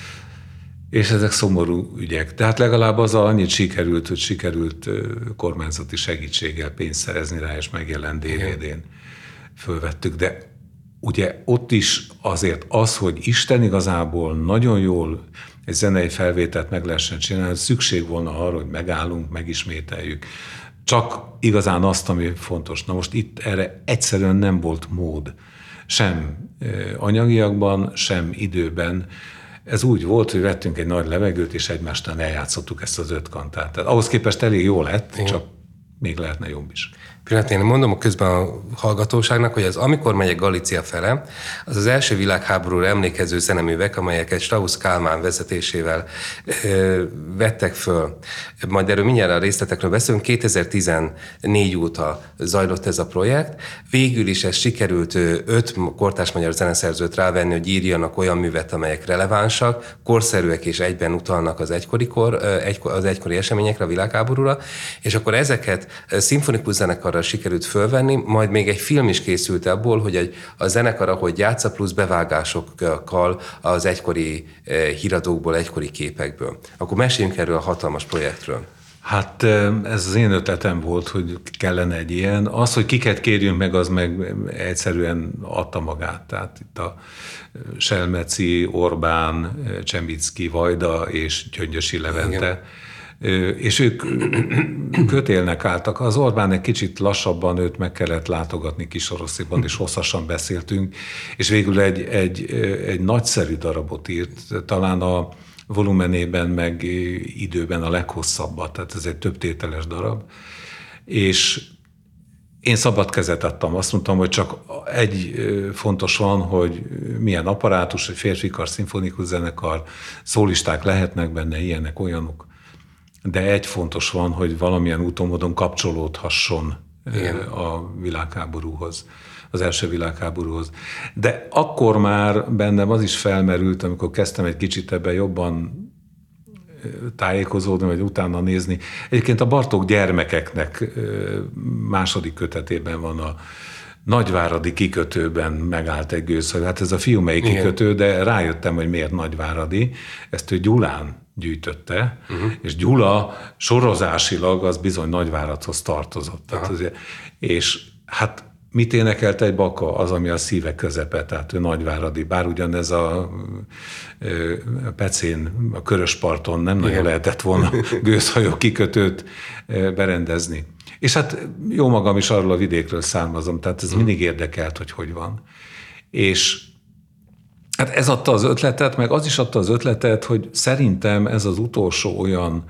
És ezek szomorú ügyek. Tehát legalább azzal annyit sikerült, hogy sikerült kormányzati segítséggel pénzt szerezni rá, és megjelent DVD-n. Fölvettük, de ugye ott is azért az, hogy Isten igazából nagyon jól egy zenei felvételt meg lehessen csinálni, szükség volna arra, hogy megállunk, megismételjük. Csak igazán azt, ami fontos. Na most itt erre egyszerűen nem volt mód. Sem anyagiakban, sem időben. Ez úgy volt, hogy vettünk egy nagy levegőt, és egymástán eljátszottuk ezt az 5 kantát. Tehát ahhoz képest elég jó lett, csak még lehetne jobb is. Pillanat, én mondom közben a hallgatóságnak, hogy az Amikor megyek Galícia fele, az az első világháborúra emlékező zeneművek, amelyeket Strauss Kálmán vezetésével vettek föl. Majd erről mindjárt a részletekről beszélünk. 2014 óta zajlott ez a projekt. Végül is ez sikerült 5 kortárs magyar zeneszerzőt rávenni, hogy írjanak olyan művet, amelyek relevánsak, korszerűek és egyben utalnak az egykori eseményekre, a világháborúra, és akkor ezeket szimfonikus zenekarra sikerült fölvenni, majd még egy film is készült abból, hogy a zenekar, ahogy játsza, plusz bevágásokkal az egykori híradókból, egykori képekből. Akkor meséljünk erről a hatalmas projektről. Hát ez az én ötletem volt, hogy kellene egy ilyen. Az, hogy kiket kérjünk meg, az meg egyszerűen adta magát. Tehát itt a Selmeci, Orbán, Csembicki, Vajda és Gyöngyösi Levente és ők kötélnek álltak. Az Orbán egy kicsit lassabban, őt meg kellett látogatni Kisoroszéban, és hosszasan beszéltünk, és végül egy nagyszerű darabot írt, talán a volumenében, meg időben a leghosszabbat, tehát ez egy több tételes darab, és én szabad kezet adtam. Azt mondtam, hogy csak egy fontos van, hogy milyen apparátus, egy férfikar, szimfonikus zenekar, szólisták lehetnek benne, ilyenek, olyanok. De egy fontos van, hogy valamilyen úton, módon kapcsolódhasson a világháborúhoz, az első világháborúhoz. De akkor már bennem az is felmerült, amikor kezdtem egy kicsit ebben jobban tájékozódni, vagy utána nézni. Egyébként a Bartók gyermekeknek második kötetében van a Nagyváradi kikötőben megállt egy gőzhajó. Hát ez a Fiumei kikötő, de rájöttem, hogy miért Nagyváradi. Ezt ő Gyulán gyűjtötte, és Gyula sorozásilag az bizony Nagyváradhoz tartozott. Tehát azért, és hát mit énekelt egy baka? Az, ami a szíve közepe, tehát ő Nagyváradi. Bár ugyanez a Pecén, a Körösparton nem nagyon lehetett volna gőzhajó kikötőt berendezni. És hát jó magam is arról a vidékről származom, tehát ez mindig érdekelt, hogy van. És hát ez adta az ötletet, meg az is adta az ötletet, hogy szerintem ez az utolsó olyan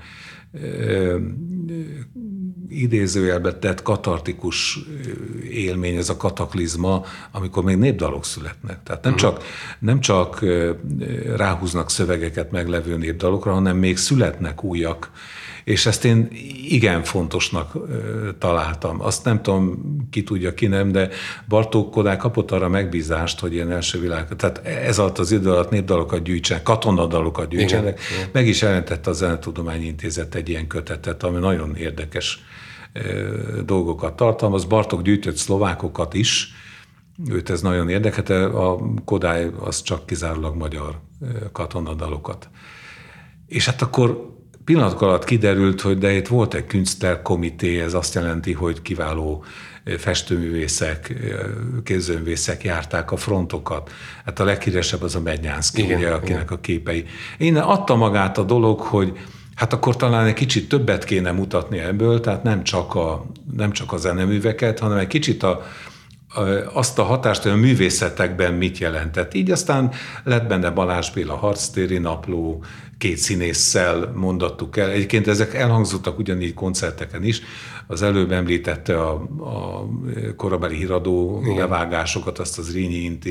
idézőjelbe tett katartikus élmény, ez a kataklizma, amikor még népdalok születnek. Tehát nem csak ráhúznak szövegeket meglevő népdalokra, hanem még születnek újak. És ezt én igen fontosnak találtam. Azt nem tudom, ki tudja, ki nem, de Bartók Kodály kapott arra megbízást, hogy ilyen első világ, tehát ez alatt az idő alatt népdalokat gyűjtsenek, katonadalokat gyűjtsenek. Igen. Meg is jelentette a Zenetudományi Intézet egy ilyen kötetet, ami nagyon érdekes dolgokat tartalmaz. Bartók gyűjtött szlovákokat is, őt ez nagyon érdekelte, a Kodály az csak kizárólag magyar katonadalokat. És hát akkor pillanatok alatt kiderült, hogy de itt volt egy Künstlerkomitee, ez azt jelenti, hogy kiváló festőművészek, képzőművészek járták a frontokat. Hát a leghíresebb az a Mednyánszky, ugye, akinek a képei. Innen adta magát a dolog, hogy hát akkor talán egy kicsit többet kéne mutatni ebből, tehát nem csak a zeneműveket, hanem egy kicsit azt a hatást, hogy a művészetekben mit jelentett. Így aztán lett benne Balázs Béla Harctéri napló, 2 színésszel mondattuk el. Egyébként ezek elhangzottak ugyanígy koncerteken is. Az előbb említette a korabeli híradó levágásokat, azt az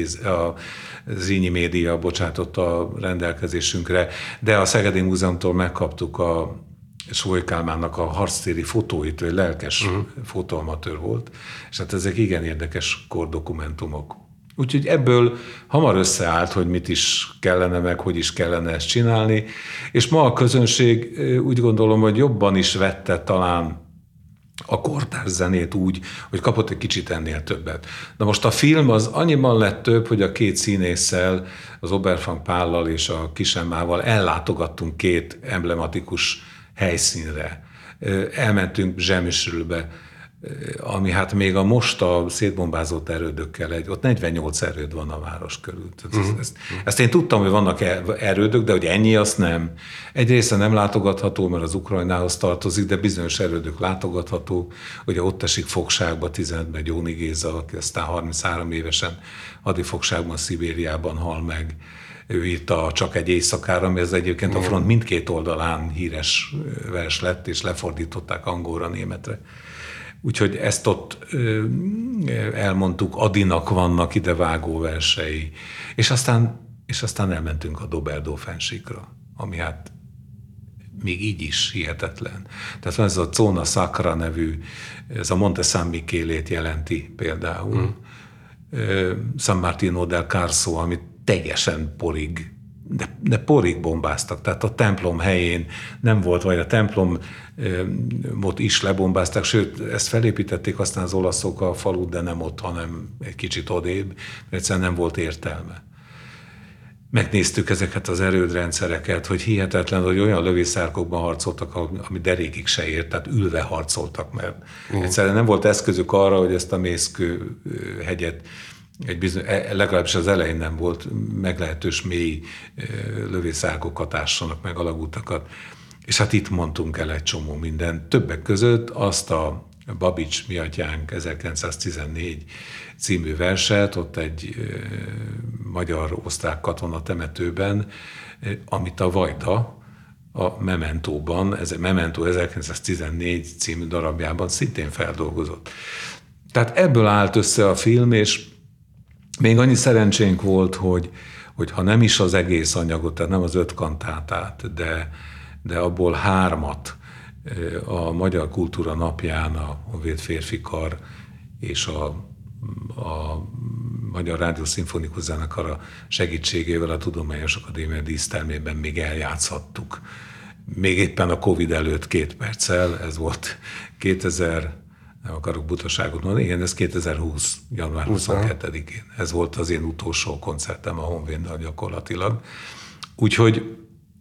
Zrínyi Média bocsátotta a rendelkezésünkre, de a Szegedi Múzeumtól megkaptuk a Sóly Kálmánnak a harctéri fotóit, ő lelkes fotóamatőr volt, és hát ezek igen érdekes kordokumentumok. Úgyhogy ebből hamar összeállt, hogy mit is kellene, meg hogy is kellene ezt csinálni, és ma a közönség úgy gondolom, hogy jobban is vette talán a kortárs zenét úgy, hogy kapott egy kicsit ennél többet. Na most a film az annyiban lett több, hogy a 2 színésszel, az Oberfang Pállal és a Kis Emmával ellátogattunk 2 emblematikus helyszínre. Elmentünk Zsemisrülbe, ami hát még a most a szétbombázott erődökkel ott 48 erőd van a város körül. Ezt én tudtam, hogy vannak erődök, de hogy ennyi, azt nem. Egy része nem látogatható, mert az Ukrajnához tartozik, de bizonyos erődök látogatható. Ugye ott esik fogságba 15-ben Gyóni Géza, aki aztán 33 évesen hadifogságban, Szibériában hal meg. Ő írta Csak egy éjszakára, ami ez egyébként a front mindkét oldalán híres vers lett, és lefordították angolra, németre. Úgyhogy ezt ott elmondtuk, Adinak vannak ide vágó versei. És aztán elmentünk a Doberdó-fennsíkra, ami hát még így is hihetetlen. Tehát van ez a Zona Sacra nevű, ez a Monte San Michelét jelenti például. San Martino del Carso, amit teljesen porig, de porig bombáztak. Tehát a templom helyén nem volt, vagy a templomot is lebombázták, sőt, ezt felépítették aztán az olaszok a falut, de nem ott, hanem egy kicsit odébb, mert egyszerűen nem volt értelme. Megnéztük ezeket az erődrendszereket, hogy hihetetlen, hogy olyan lövészárkokban harcoltak, ami derékig se ért, tehát ülve harcoltak, mert egyszerűen nem volt eszközük arra, hogy ezt a Mészkő hegyet legalábbis az elején nem volt meglehetős mély lövészárkokat ássanak meg, alagútakat. És hát itt mondtunk el egy csomó mindent. Többek között azt a Babics, mi atyánk 1914 című verset, ott egy magyar-osztrák katona temetőben, amit a Vajda a Mementóban, ez a Memento 1914 című darabjában szintén feldolgozott. Tehát ebből állt össze a film, és még annyi szerencsénk volt, hogy ha nem is az egész anyagot, tehát nem az 5 kantátát, de abból 3 a Magyar Kultúra Napján a Honvéd Férfi Kar és a Magyar Rádió Szimfonikus Zenekara segítségével a Tudományos Akadémia dísztermében még eljátszhattuk. Még éppen a Covid előtt 2 perccel, ez volt 2000, nem akarok butaságot mondani, igen, ez 2020. január 22-én. Ez volt az én utolsó koncertem a Honvéddal gyakorlatilag. Úgyhogy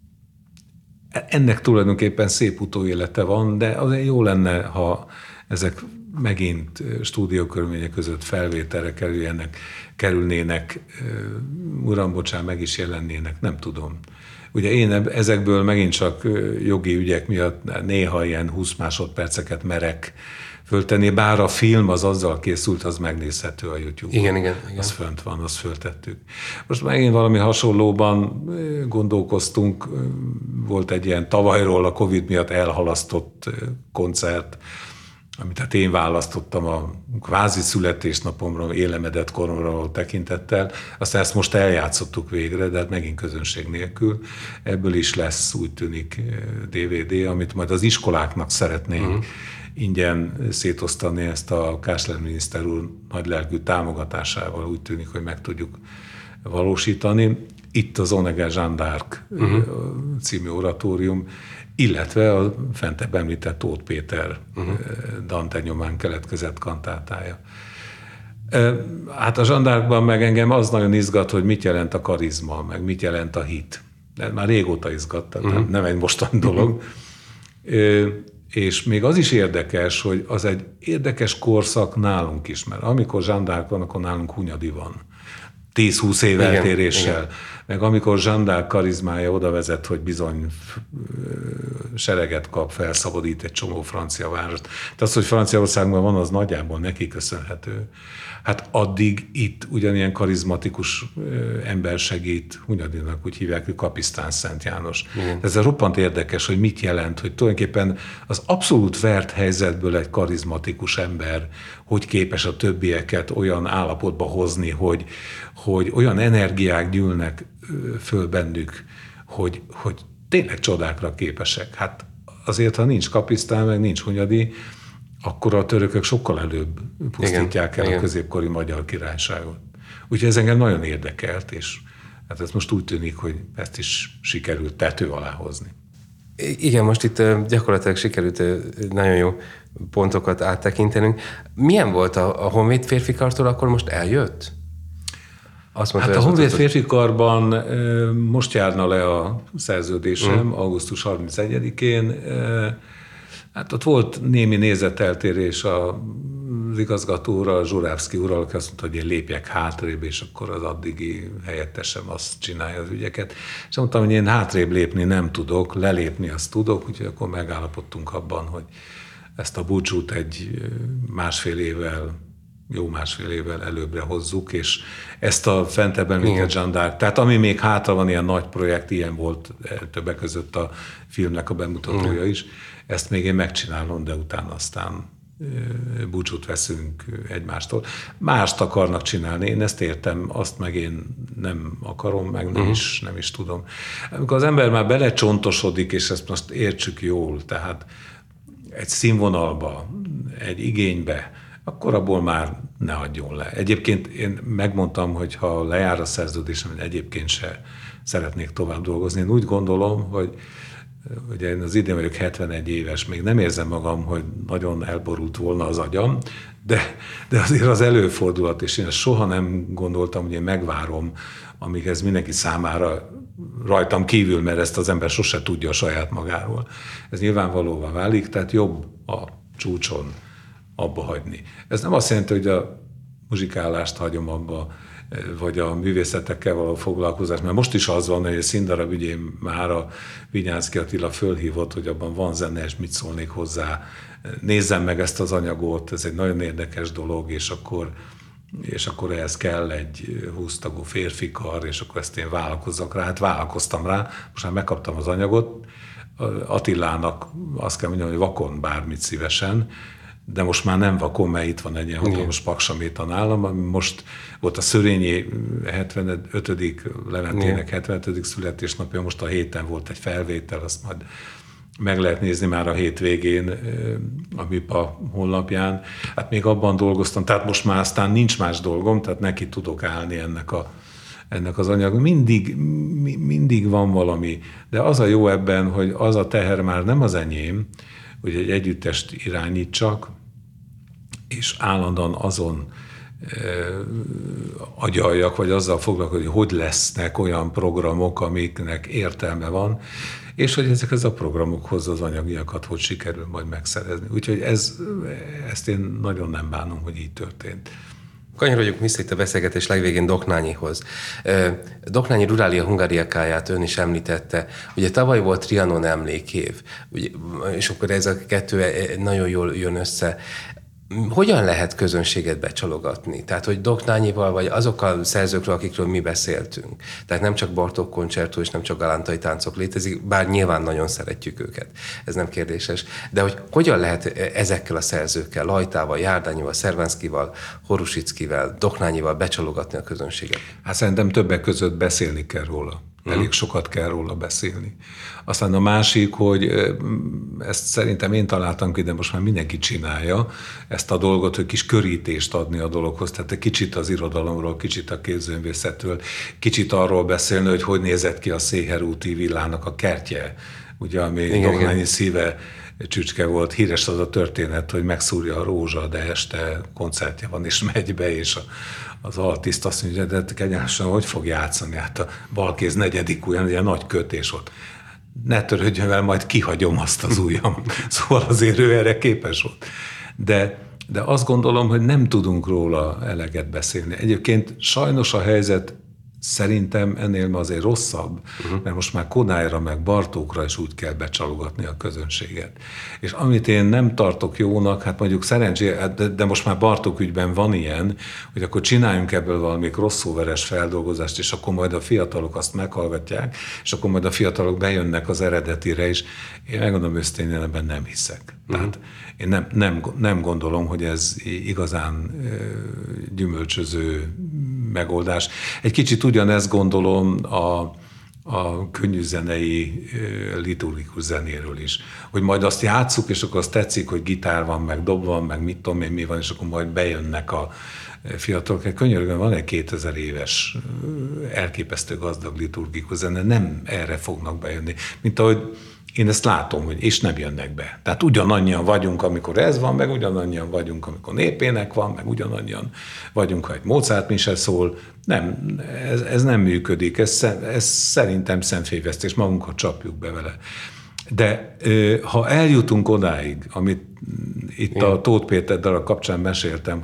ennek tulajdonképpen szép utóélete van, de azért jó lenne, ha ezek megint stúdiókörülmények között felvételre kerülnének, uram, bocsán, meg is jelennének, nem tudom. Ugye én ezekből megint csak jogi ügyek miatt néha ilyen 20 másodperceket merek föltenni, bár a film az azzal készült, az megnézhető a YouTube-on. Igen. Az fönt van, azt föltettük. Most megint valami hasonlóban gondolkoztunk, volt egy ilyen tavalyról a Covid miatt elhalasztott koncert, amit hát én választottam a kvázi születésnapomra, élemedett koromra tekintettel. Aztán ezt most eljátszottuk végre, de hát megint közönség nélkül. Ebből is lesz, úgy tűnik, DVD, amit majd az iskoláknak szeretnénk ingyen szétosztani, ezt a Kásler miniszter úr nagylelkű támogatásával, úgy tűnik, hogy meg tudjuk valósítani. Itt az Honegger Jeanne d'Arc című oratórium, illetve a fentebb említett Tóth Péter Dante nyomán keletkezett kantátája. Hát a Jeanne d'Arcban meg engem az nagyon izgat, hogy mit jelent a karizma, meg mit jelent a hit. De már régóta izgat, tehát nem egy mostani dolog. És még az is érdekes, hogy az egy érdekes korszak nálunk is, mert amikor Jeanne d'Arc van, akkor nálunk Hunyadi van. 10-20 év eltéréssel. Igen. Meg amikor Jeanne d'Arc karizmája oda vezet, hogy bizony sereget kap, felszabadít egy csomó francia várost. Tehát az, hogy Franciaországban van, az nagyjából neki köszönhető. Hát addig itt ugyanilyen karizmatikus ember segít, Hunyadinak úgy hívják, hogy Kapisztán Szent János. Igen. Ez roppant érdekes, hogy mit jelent, hogy tulajdonképpen az abszolút vert helyzetből egy karizmatikus ember, hogy képes a többieket olyan állapotba hozni, hogy olyan energiák gyűlnek föl bennük, hogy tényleg csodákra képesek. Hát azért, ha nincs Kapisztán, meg nincs Hunyadi, akkor a törökök sokkal előbb pusztítják el a középkori Magyar Királyságot. Úgyhogy ez engem nagyon érdekelt, és hát ez most úgy tűnik, hogy ezt is sikerült tető alá hozni. Igen, most itt gyakorlatilag sikerült nagyon jó pontokat áttekintenünk. Milyen volt a Honvéd Férfi Kartól, akkor most eljött? Hát a Honvéd Férfi Karban most járna le a szerződésem, augusztus 31-én. Hát ott volt némi nézeteltérés az igazgatóra, Zsurávszky úrral, aki azt mondta, hogy én lépjek hátrébb, és akkor az addigi helyettesem azt csinálja az ügyeket. És mondtam, hogy én hátrébb lépni nem tudok, lelépni azt tudok, úgyhogy akkor megállapodtunk abban, hogy ezt a búcsút egy jó másfél évvel előbbre hozzuk, és ezt a fentebb említett Jeanne d'Arc, tehát ami még hátra van, ilyen nagy projekt, ilyen volt többek között a filmnek a bemutatója is, ezt még én megcsinálom, de utána aztán búcsút veszünk egymástól. Mást akarnak csinálni, én ezt értem, azt meg én nem akarom, meg nem is tudom. Amikor az ember már belecsontosodik, és ezt most értsük jól, tehát egy színvonalba, egy igénybe, akkor abból már ne adjon le. Egyébként én megmondtam, hogy ha lejár a szerződésem, egyébként se szeretnék tovább dolgozni. Én úgy gondolom, hogy ugye én az idén vagyok 71 éves, még nem érzem magam, hogy nagyon elborult volna az agyam, de azért az előfordulhat, és én ezt soha nem gondoltam, hogy én megvárom, amíg ez mindenki számára rajtam kívül, mert ezt az ember sose tudja saját magáról. Ez nyilvánvalóvá válik, tehát jobb a csúcson abba hagyni. Ez nem azt jelenti, hogy a muzsikálást hagyom abba, vagy a művészetekkel való foglalkozás, mert most is az van, hogy a színdarab ügyén már a Vinyánszky Attila fölhívott, hogy abban van zene, és mit szólnék hozzá, nézzem meg ezt az anyagot, ez egy nagyon érdekes dolog, és akkor ehhez kell egy 20 tagú férfikar, és akkor ezt én vállalkozzak rá. Hát vállalkoztam rá, most már megkaptam az anyagot. Attilának azt kell mondjam, hogy vakon bármit szívesen, de most már nem vakon, mert itt van egy ilyen hatalmas paksaméta nálam, ami most volt a Szörényi 75. Leventének 75. születésnapja, most a héten volt egy felvétel, azt majd meg lehet nézni már a hétvégén a MIPA honlapján. Hát még abban dolgoztam, tehát most már aztán nincs más dolgom, tehát neki tudok állni ennek az anyagnak. Mindig van valami, de az a jó ebben, hogy az a teher már nem az enyém, hogy egy együttest irányítsak, és állandóan azon agyaljak, vagy azzal foglalkozni, hogy lesznek olyan programok, amiknek értelme van, és hogy ezekhez a programokhoz az anyagiakat hogy sikerül majd megszerezni. Úgyhogy ezt én nagyon nem bánom, hogy így történt. Kanyarodjunk vissza itt a beszélgetés legvégén Doknányihoz. Doknányi Rurália Hungariakáját ön is említette. Ugye tavaly volt Trianon emlékév, ugye, és akkor ez a kettő nagyon jól jön össze. Hogyan lehet közönséget becsalogatni? Tehát, hogy Doknányival, vagy azokkal a szerzőkről, akikről mi beszéltünk. Tehát nem csak Bartók koncertó, és nem csak galántai táncok létezik, bár nyilván nagyon szeretjük őket. Ez nem kérdéses. De hogy hogyan lehet ezekkel a szerzőkkel, Lajtával, Járdányival, Szervánszkival, Horusickivel, Doknányival becsalogatni a közönséget? Hát szerintem többek között beszélni kell róla. Elég sokat kell róla beszélni. Aztán a másik, hogy ezt szerintem én találtam ki, de most már mindenki csinálja, ezt a dolgot, hogy kis körítést adni a dologhoz, tehát egy kicsit az irodalomról, kicsit a képzőművészetről, kicsit arról beszélni, hogy nézett ki a Széher úti villának a kertje, ugye, ami Doknányi szíve csücske volt. Híres az a történet, hogy megszúrja a rózsa, de este koncertje van, és megy be, és az altiszt azt mondja, de kegyelmesen hogy fog játszani? Hát a balkéz negyedik ujjam, ugye nagy kötés volt. Ne törődjön vele, majd kihagyom azt az ujjam. Szóval azért ő erre képes volt. De azt gondolom, hogy nem tudunk róla eleget beszélni. Egyébként sajnos a helyzet szerintem ennél azért rosszabb, mert most már Kodályra meg Bartókra is úgy kell becsalogatni a közönséget. És amit én nem tartok jónak, hát mondjuk szerencsére, de most már Bartók ügyben van ilyen, hogy akkor csináljunk ebből valami crossoveres feldolgozást, és akkor majd a fiatalok azt meghallgatják, és akkor majd a fiatalok bejönnek az eredetire is. Én megmondom őszintén, ebben nem hiszek. Tehát én nem gondolom, hogy ez igazán gyümölcsöző megoldás. Egy kicsit ugyanezt gondolom a könnyűzenei liturgikus zenéről is. Hogy majd azt játsszuk, és akkor azt tetszik, hogy gitár van, meg dob van, meg mit tudom én, mi van, és akkor majd bejönnek a fiatalok. Könyörgöm, van egy 2000 éves elképesztő gazdag liturgikus zene, nem erre fognak bejönni. Mint ahogy én ezt látom, hogy és nem jönnek be. Tehát ugyanannyian vagyunk, amikor ez van, meg ugyanannyian vagyunk, amikor népének van, meg ugyanannyian vagyunk, ha egy Mozart mise szól. Nem, ez nem működik. Ez szerintem szemfényvesztés, magunkat csapjuk be vele. De ha eljutunk odáig, amit itt a Tóth Péter darab kapcsán meséltem,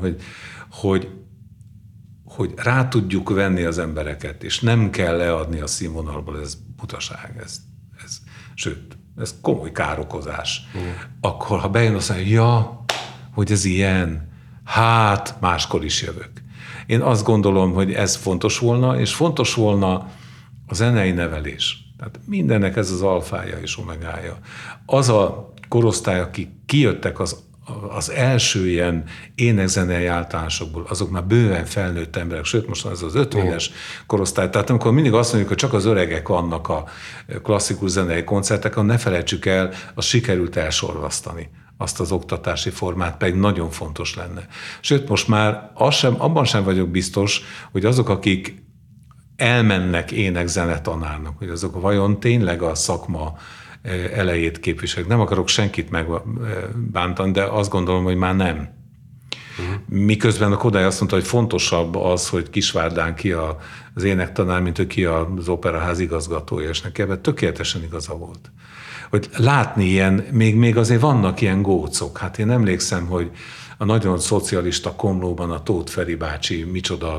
hogy rá tudjuk venni az embereket, és nem kell leadni a színvonalból, ez butaság, sőt, ez komoly károkozás. Akkor, ha bejön, azt mondja, hogy ez ilyen, hát máskor is jövök. Én azt gondolom, hogy ez fontos volna, és fontos volna a zenei nevelés. Tehát mindennek ez az alfája és omegája. Az a korosztály, akik kijöttek az első ilyen énekzenei általánosokból, azok már bőven felnőtt emberek, sőt most ez az 50-es korosztály. Tehát amikor mindig azt mondjuk, hogy csak az öregek vannak a klasszikus zenei koncerteken, ne felejtsük el, azt sikerült elsorvasztani, azt az oktatási formát, pedig nagyon fontos lenne. Sőt, most már abban sem vagyok biztos, hogy azok, akik elmennek ének-zenetanárnak, hogy azok vajon tényleg a szakma elejét képviselik. Nem akarok senkit megbántani, de azt gondolom, hogy már nem. Miközben a Kodály azt mondta, hogy fontosabb az, hogy Kisvárdán ki az énektanár, mint hogy ki az operaház igazgatója, és neki ebben tökéletesen igaza volt. Hogy látni ilyen, még azért vannak ilyen gócok. Hát én emlékszem, hogy a nagyon szocialista Komlóban a Tóth Feri bácsi micsoda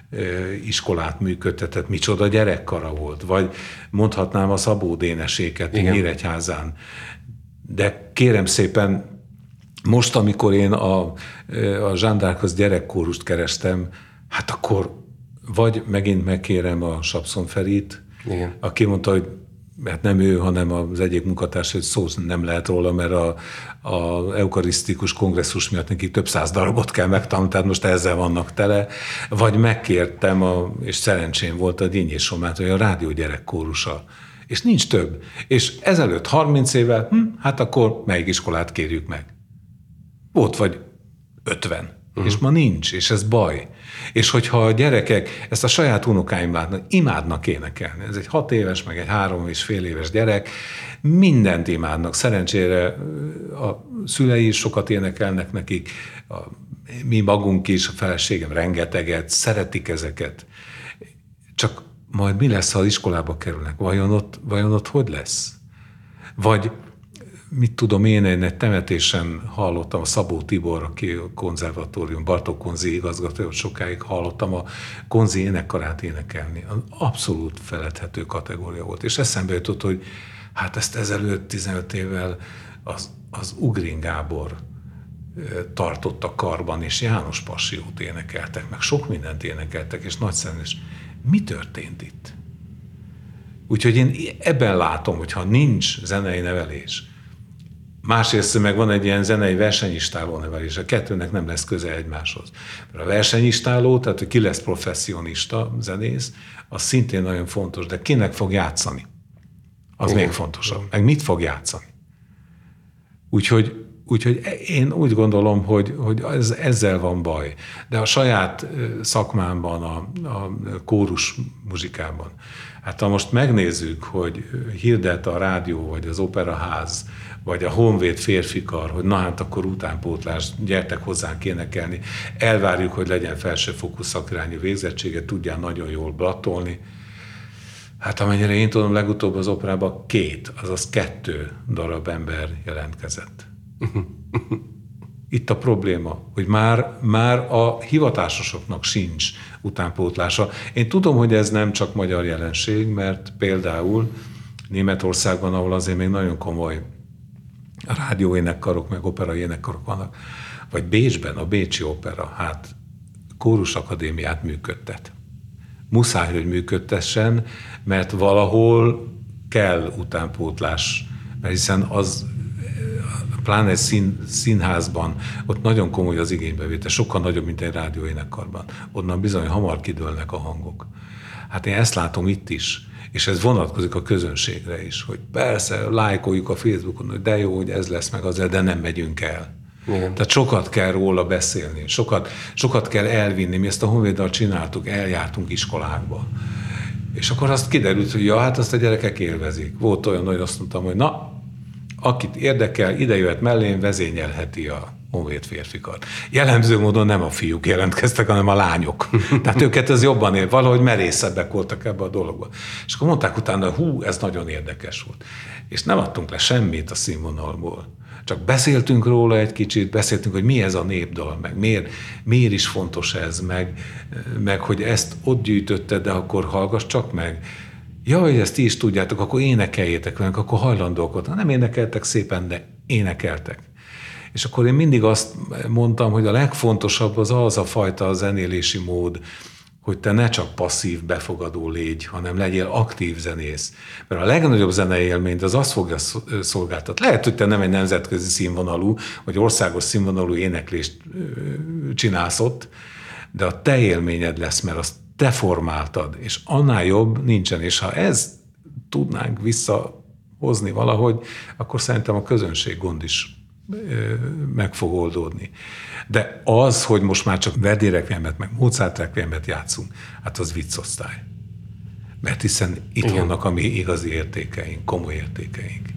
iskolát működtetett, micsoda gyerekkara volt, vagy mondhatnám a Szabó Déneséket Nyíregyházán. De kérem szépen, most, amikor én a Jeanne d'Arc gyerekkórust kerestem, hát akkor vagy megint megkérem a Sapszon Ferit, aki mondta, hogy mert nem ő, hanem az egyik munkatárs, hogy szó nem lehet róla, mert a eukarisztikus kongresszus miatt neki több száz darabot kell megtanulni, tehát most ezzel vannak tele. Vagy megkértem, és szerencsém volt a Dinnyés Somát, hogy a rádió gyerekkórusa. És nincs több. És ezelőtt 30 évvel, hát akkor melyik iskolát kérjük meg? Volt vagy 50. És ma nincs, és ez baj. És hogyha a gyerekek, ezt a saját unokáim látnak, imádnak énekelni. Ez egy 6 éves, meg egy 3,5 éves gyerek, mindent imádnak. Szerencsére a szülei is sokat énekelnek nekik, mi magunk is, a feleségem rengeteget, szeretik ezeket. Csak majd mi lesz, ha az iskolába kerülnek? Vajon ott hogy lesz? Vagy mit tudom én egy temetésen hallottam, a Szabó Tibor, aki a konzervatórium, Bartók Konzi igazgatója, sokáig hallottam a Konzi énekkarát énekelni. Abszolút feledhető kategória volt. És eszembe jutott, hogy hát ezt ezelőtt 15 évvel az Ugrin Gábor tartotta karban, és János Passiót énekeltek, meg sok mindent énekeltek, és nagyszerűen, és mi történt itt? Úgyhogy én ebben látom, hogyha nincs zenei nevelés, másrészt meg van egy ilyen zenei versenyistáló nevelés, a kettőnek nem lesz köze egymáshoz. Mert a versenyistáló, tehát hogy ki lesz professzionista zenész, az szintén nagyon fontos, de kinek fog játszani? Az még fontosabb. Meg mit fog játszani? Úgyhogy én úgy gondolom, hogy ezzel van baj. De a saját szakmámban, a kórus muzsikában, hát ha most megnézzük, hogy hirdet a rádió, vagy az operaház, vagy a Honvéd férfikar, hogy na hát akkor utánpótlás, gyertek hozzánk énekelni, elvárjuk, hogy legyen felsőfokú szakirányú végzettsége, tudjál nagyon jól blattolni. Hát amennyire én tudom, legutóbb az operában 2 darab ember jelentkezett. Itt a probléma, hogy már a hivatásosoknak sincs utánpótlása. Én tudom, hogy ez nem csak magyar jelenség, mert például Németországban, ahol azért még nagyon komoly rádióénekkarok, meg operaénekkarok vannak, vagy Bécsben a Bécsi Opera, hát kórusakadémiát működtet. Muszáj, hogy működtessen, mert valahol kell utánpótlás, mert hiszen az pláne színházban, ott nagyon komoly az igénybevétel, sokkal nagyobb, mint egy rádióénekkarban. Onnan bizony hamar kidőlnek a hangok. Hát én ezt látom itt is, és ez vonatkozik a közönségre is, hogy persze, lájkoljuk a Facebookon, hogy de jó, hogy ez lesz meg azért, de nem megyünk el. Igen. Tehát sokat kell róla beszélni, sokat kell elvinni. Mi ezt a Honvéddal csináltuk, eljártunk iskolákba. És akkor azt kiderült, hogy ja, hát azt a gyerekek élvezik. Volt olyan, hogy azt mondtam, hogy na, akit érdekel, ide jöhet mellém, vezényelheti a Honvéd férfikart. Jellemző módon nem a fiúk jelentkeztek, hanem a lányok. Tehát őket ez jobban ér, valahogy merészebbek voltak ebbe a dologba. És akkor mondták utána, ez nagyon érdekes volt. És nem adtunk le semmit a színvonalból. Csak beszéltünk róla egy kicsit, beszéltünk, hogy mi ez a népdal, meg miért is fontos ez, meg hogy ezt ott gyűjtötted, de akkor hallgass csak meg. Ja, hogy ezt ti is tudjátok, akkor énekeljétek velünk, akkor hajlandók. Nem énekeltek szépen, de énekeltek. És akkor én mindig azt mondtam, hogy a legfontosabb az a fajta zenélési mód, hogy te ne csak passzív, befogadó légy, hanem legyél aktív zenész. Mert a legnagyobb zenei élményt az azt fogja szolgáltatni. Lehet, hogy te nem egy nemzetközi színvonalú, vagy országos színvonalú éneklést csinálsz ott, de a te élményed lesz, mert azt te formáltad, és annál jobb nincsen. És ha ezt tudnánk visszahozni valahogy, akkor szerintem a közönség gond is meg fog oldódni. De az, hogy most már csak Verdi rekviemet, meg Mozart rekviemet játszunk, hát az viccosztály. Mert hiszen itt vannak a mi igazi értékeink, komoly értékeink.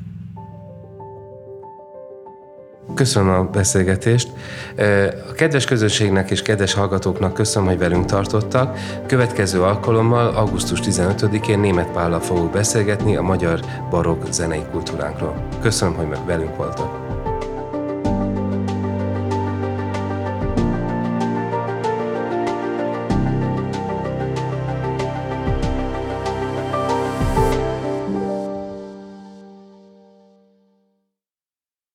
Köszönöm a beszélgetést. A kedves közönségnek és kedves hallgatóknak köszönöm, hogy velünk tartottak. Következő alkalommal, augusztus 15-én Németh Pállal fogok beszélgetni a magyar barokk zenei kultúránkról. Köszönöm, hogy velünk voltak.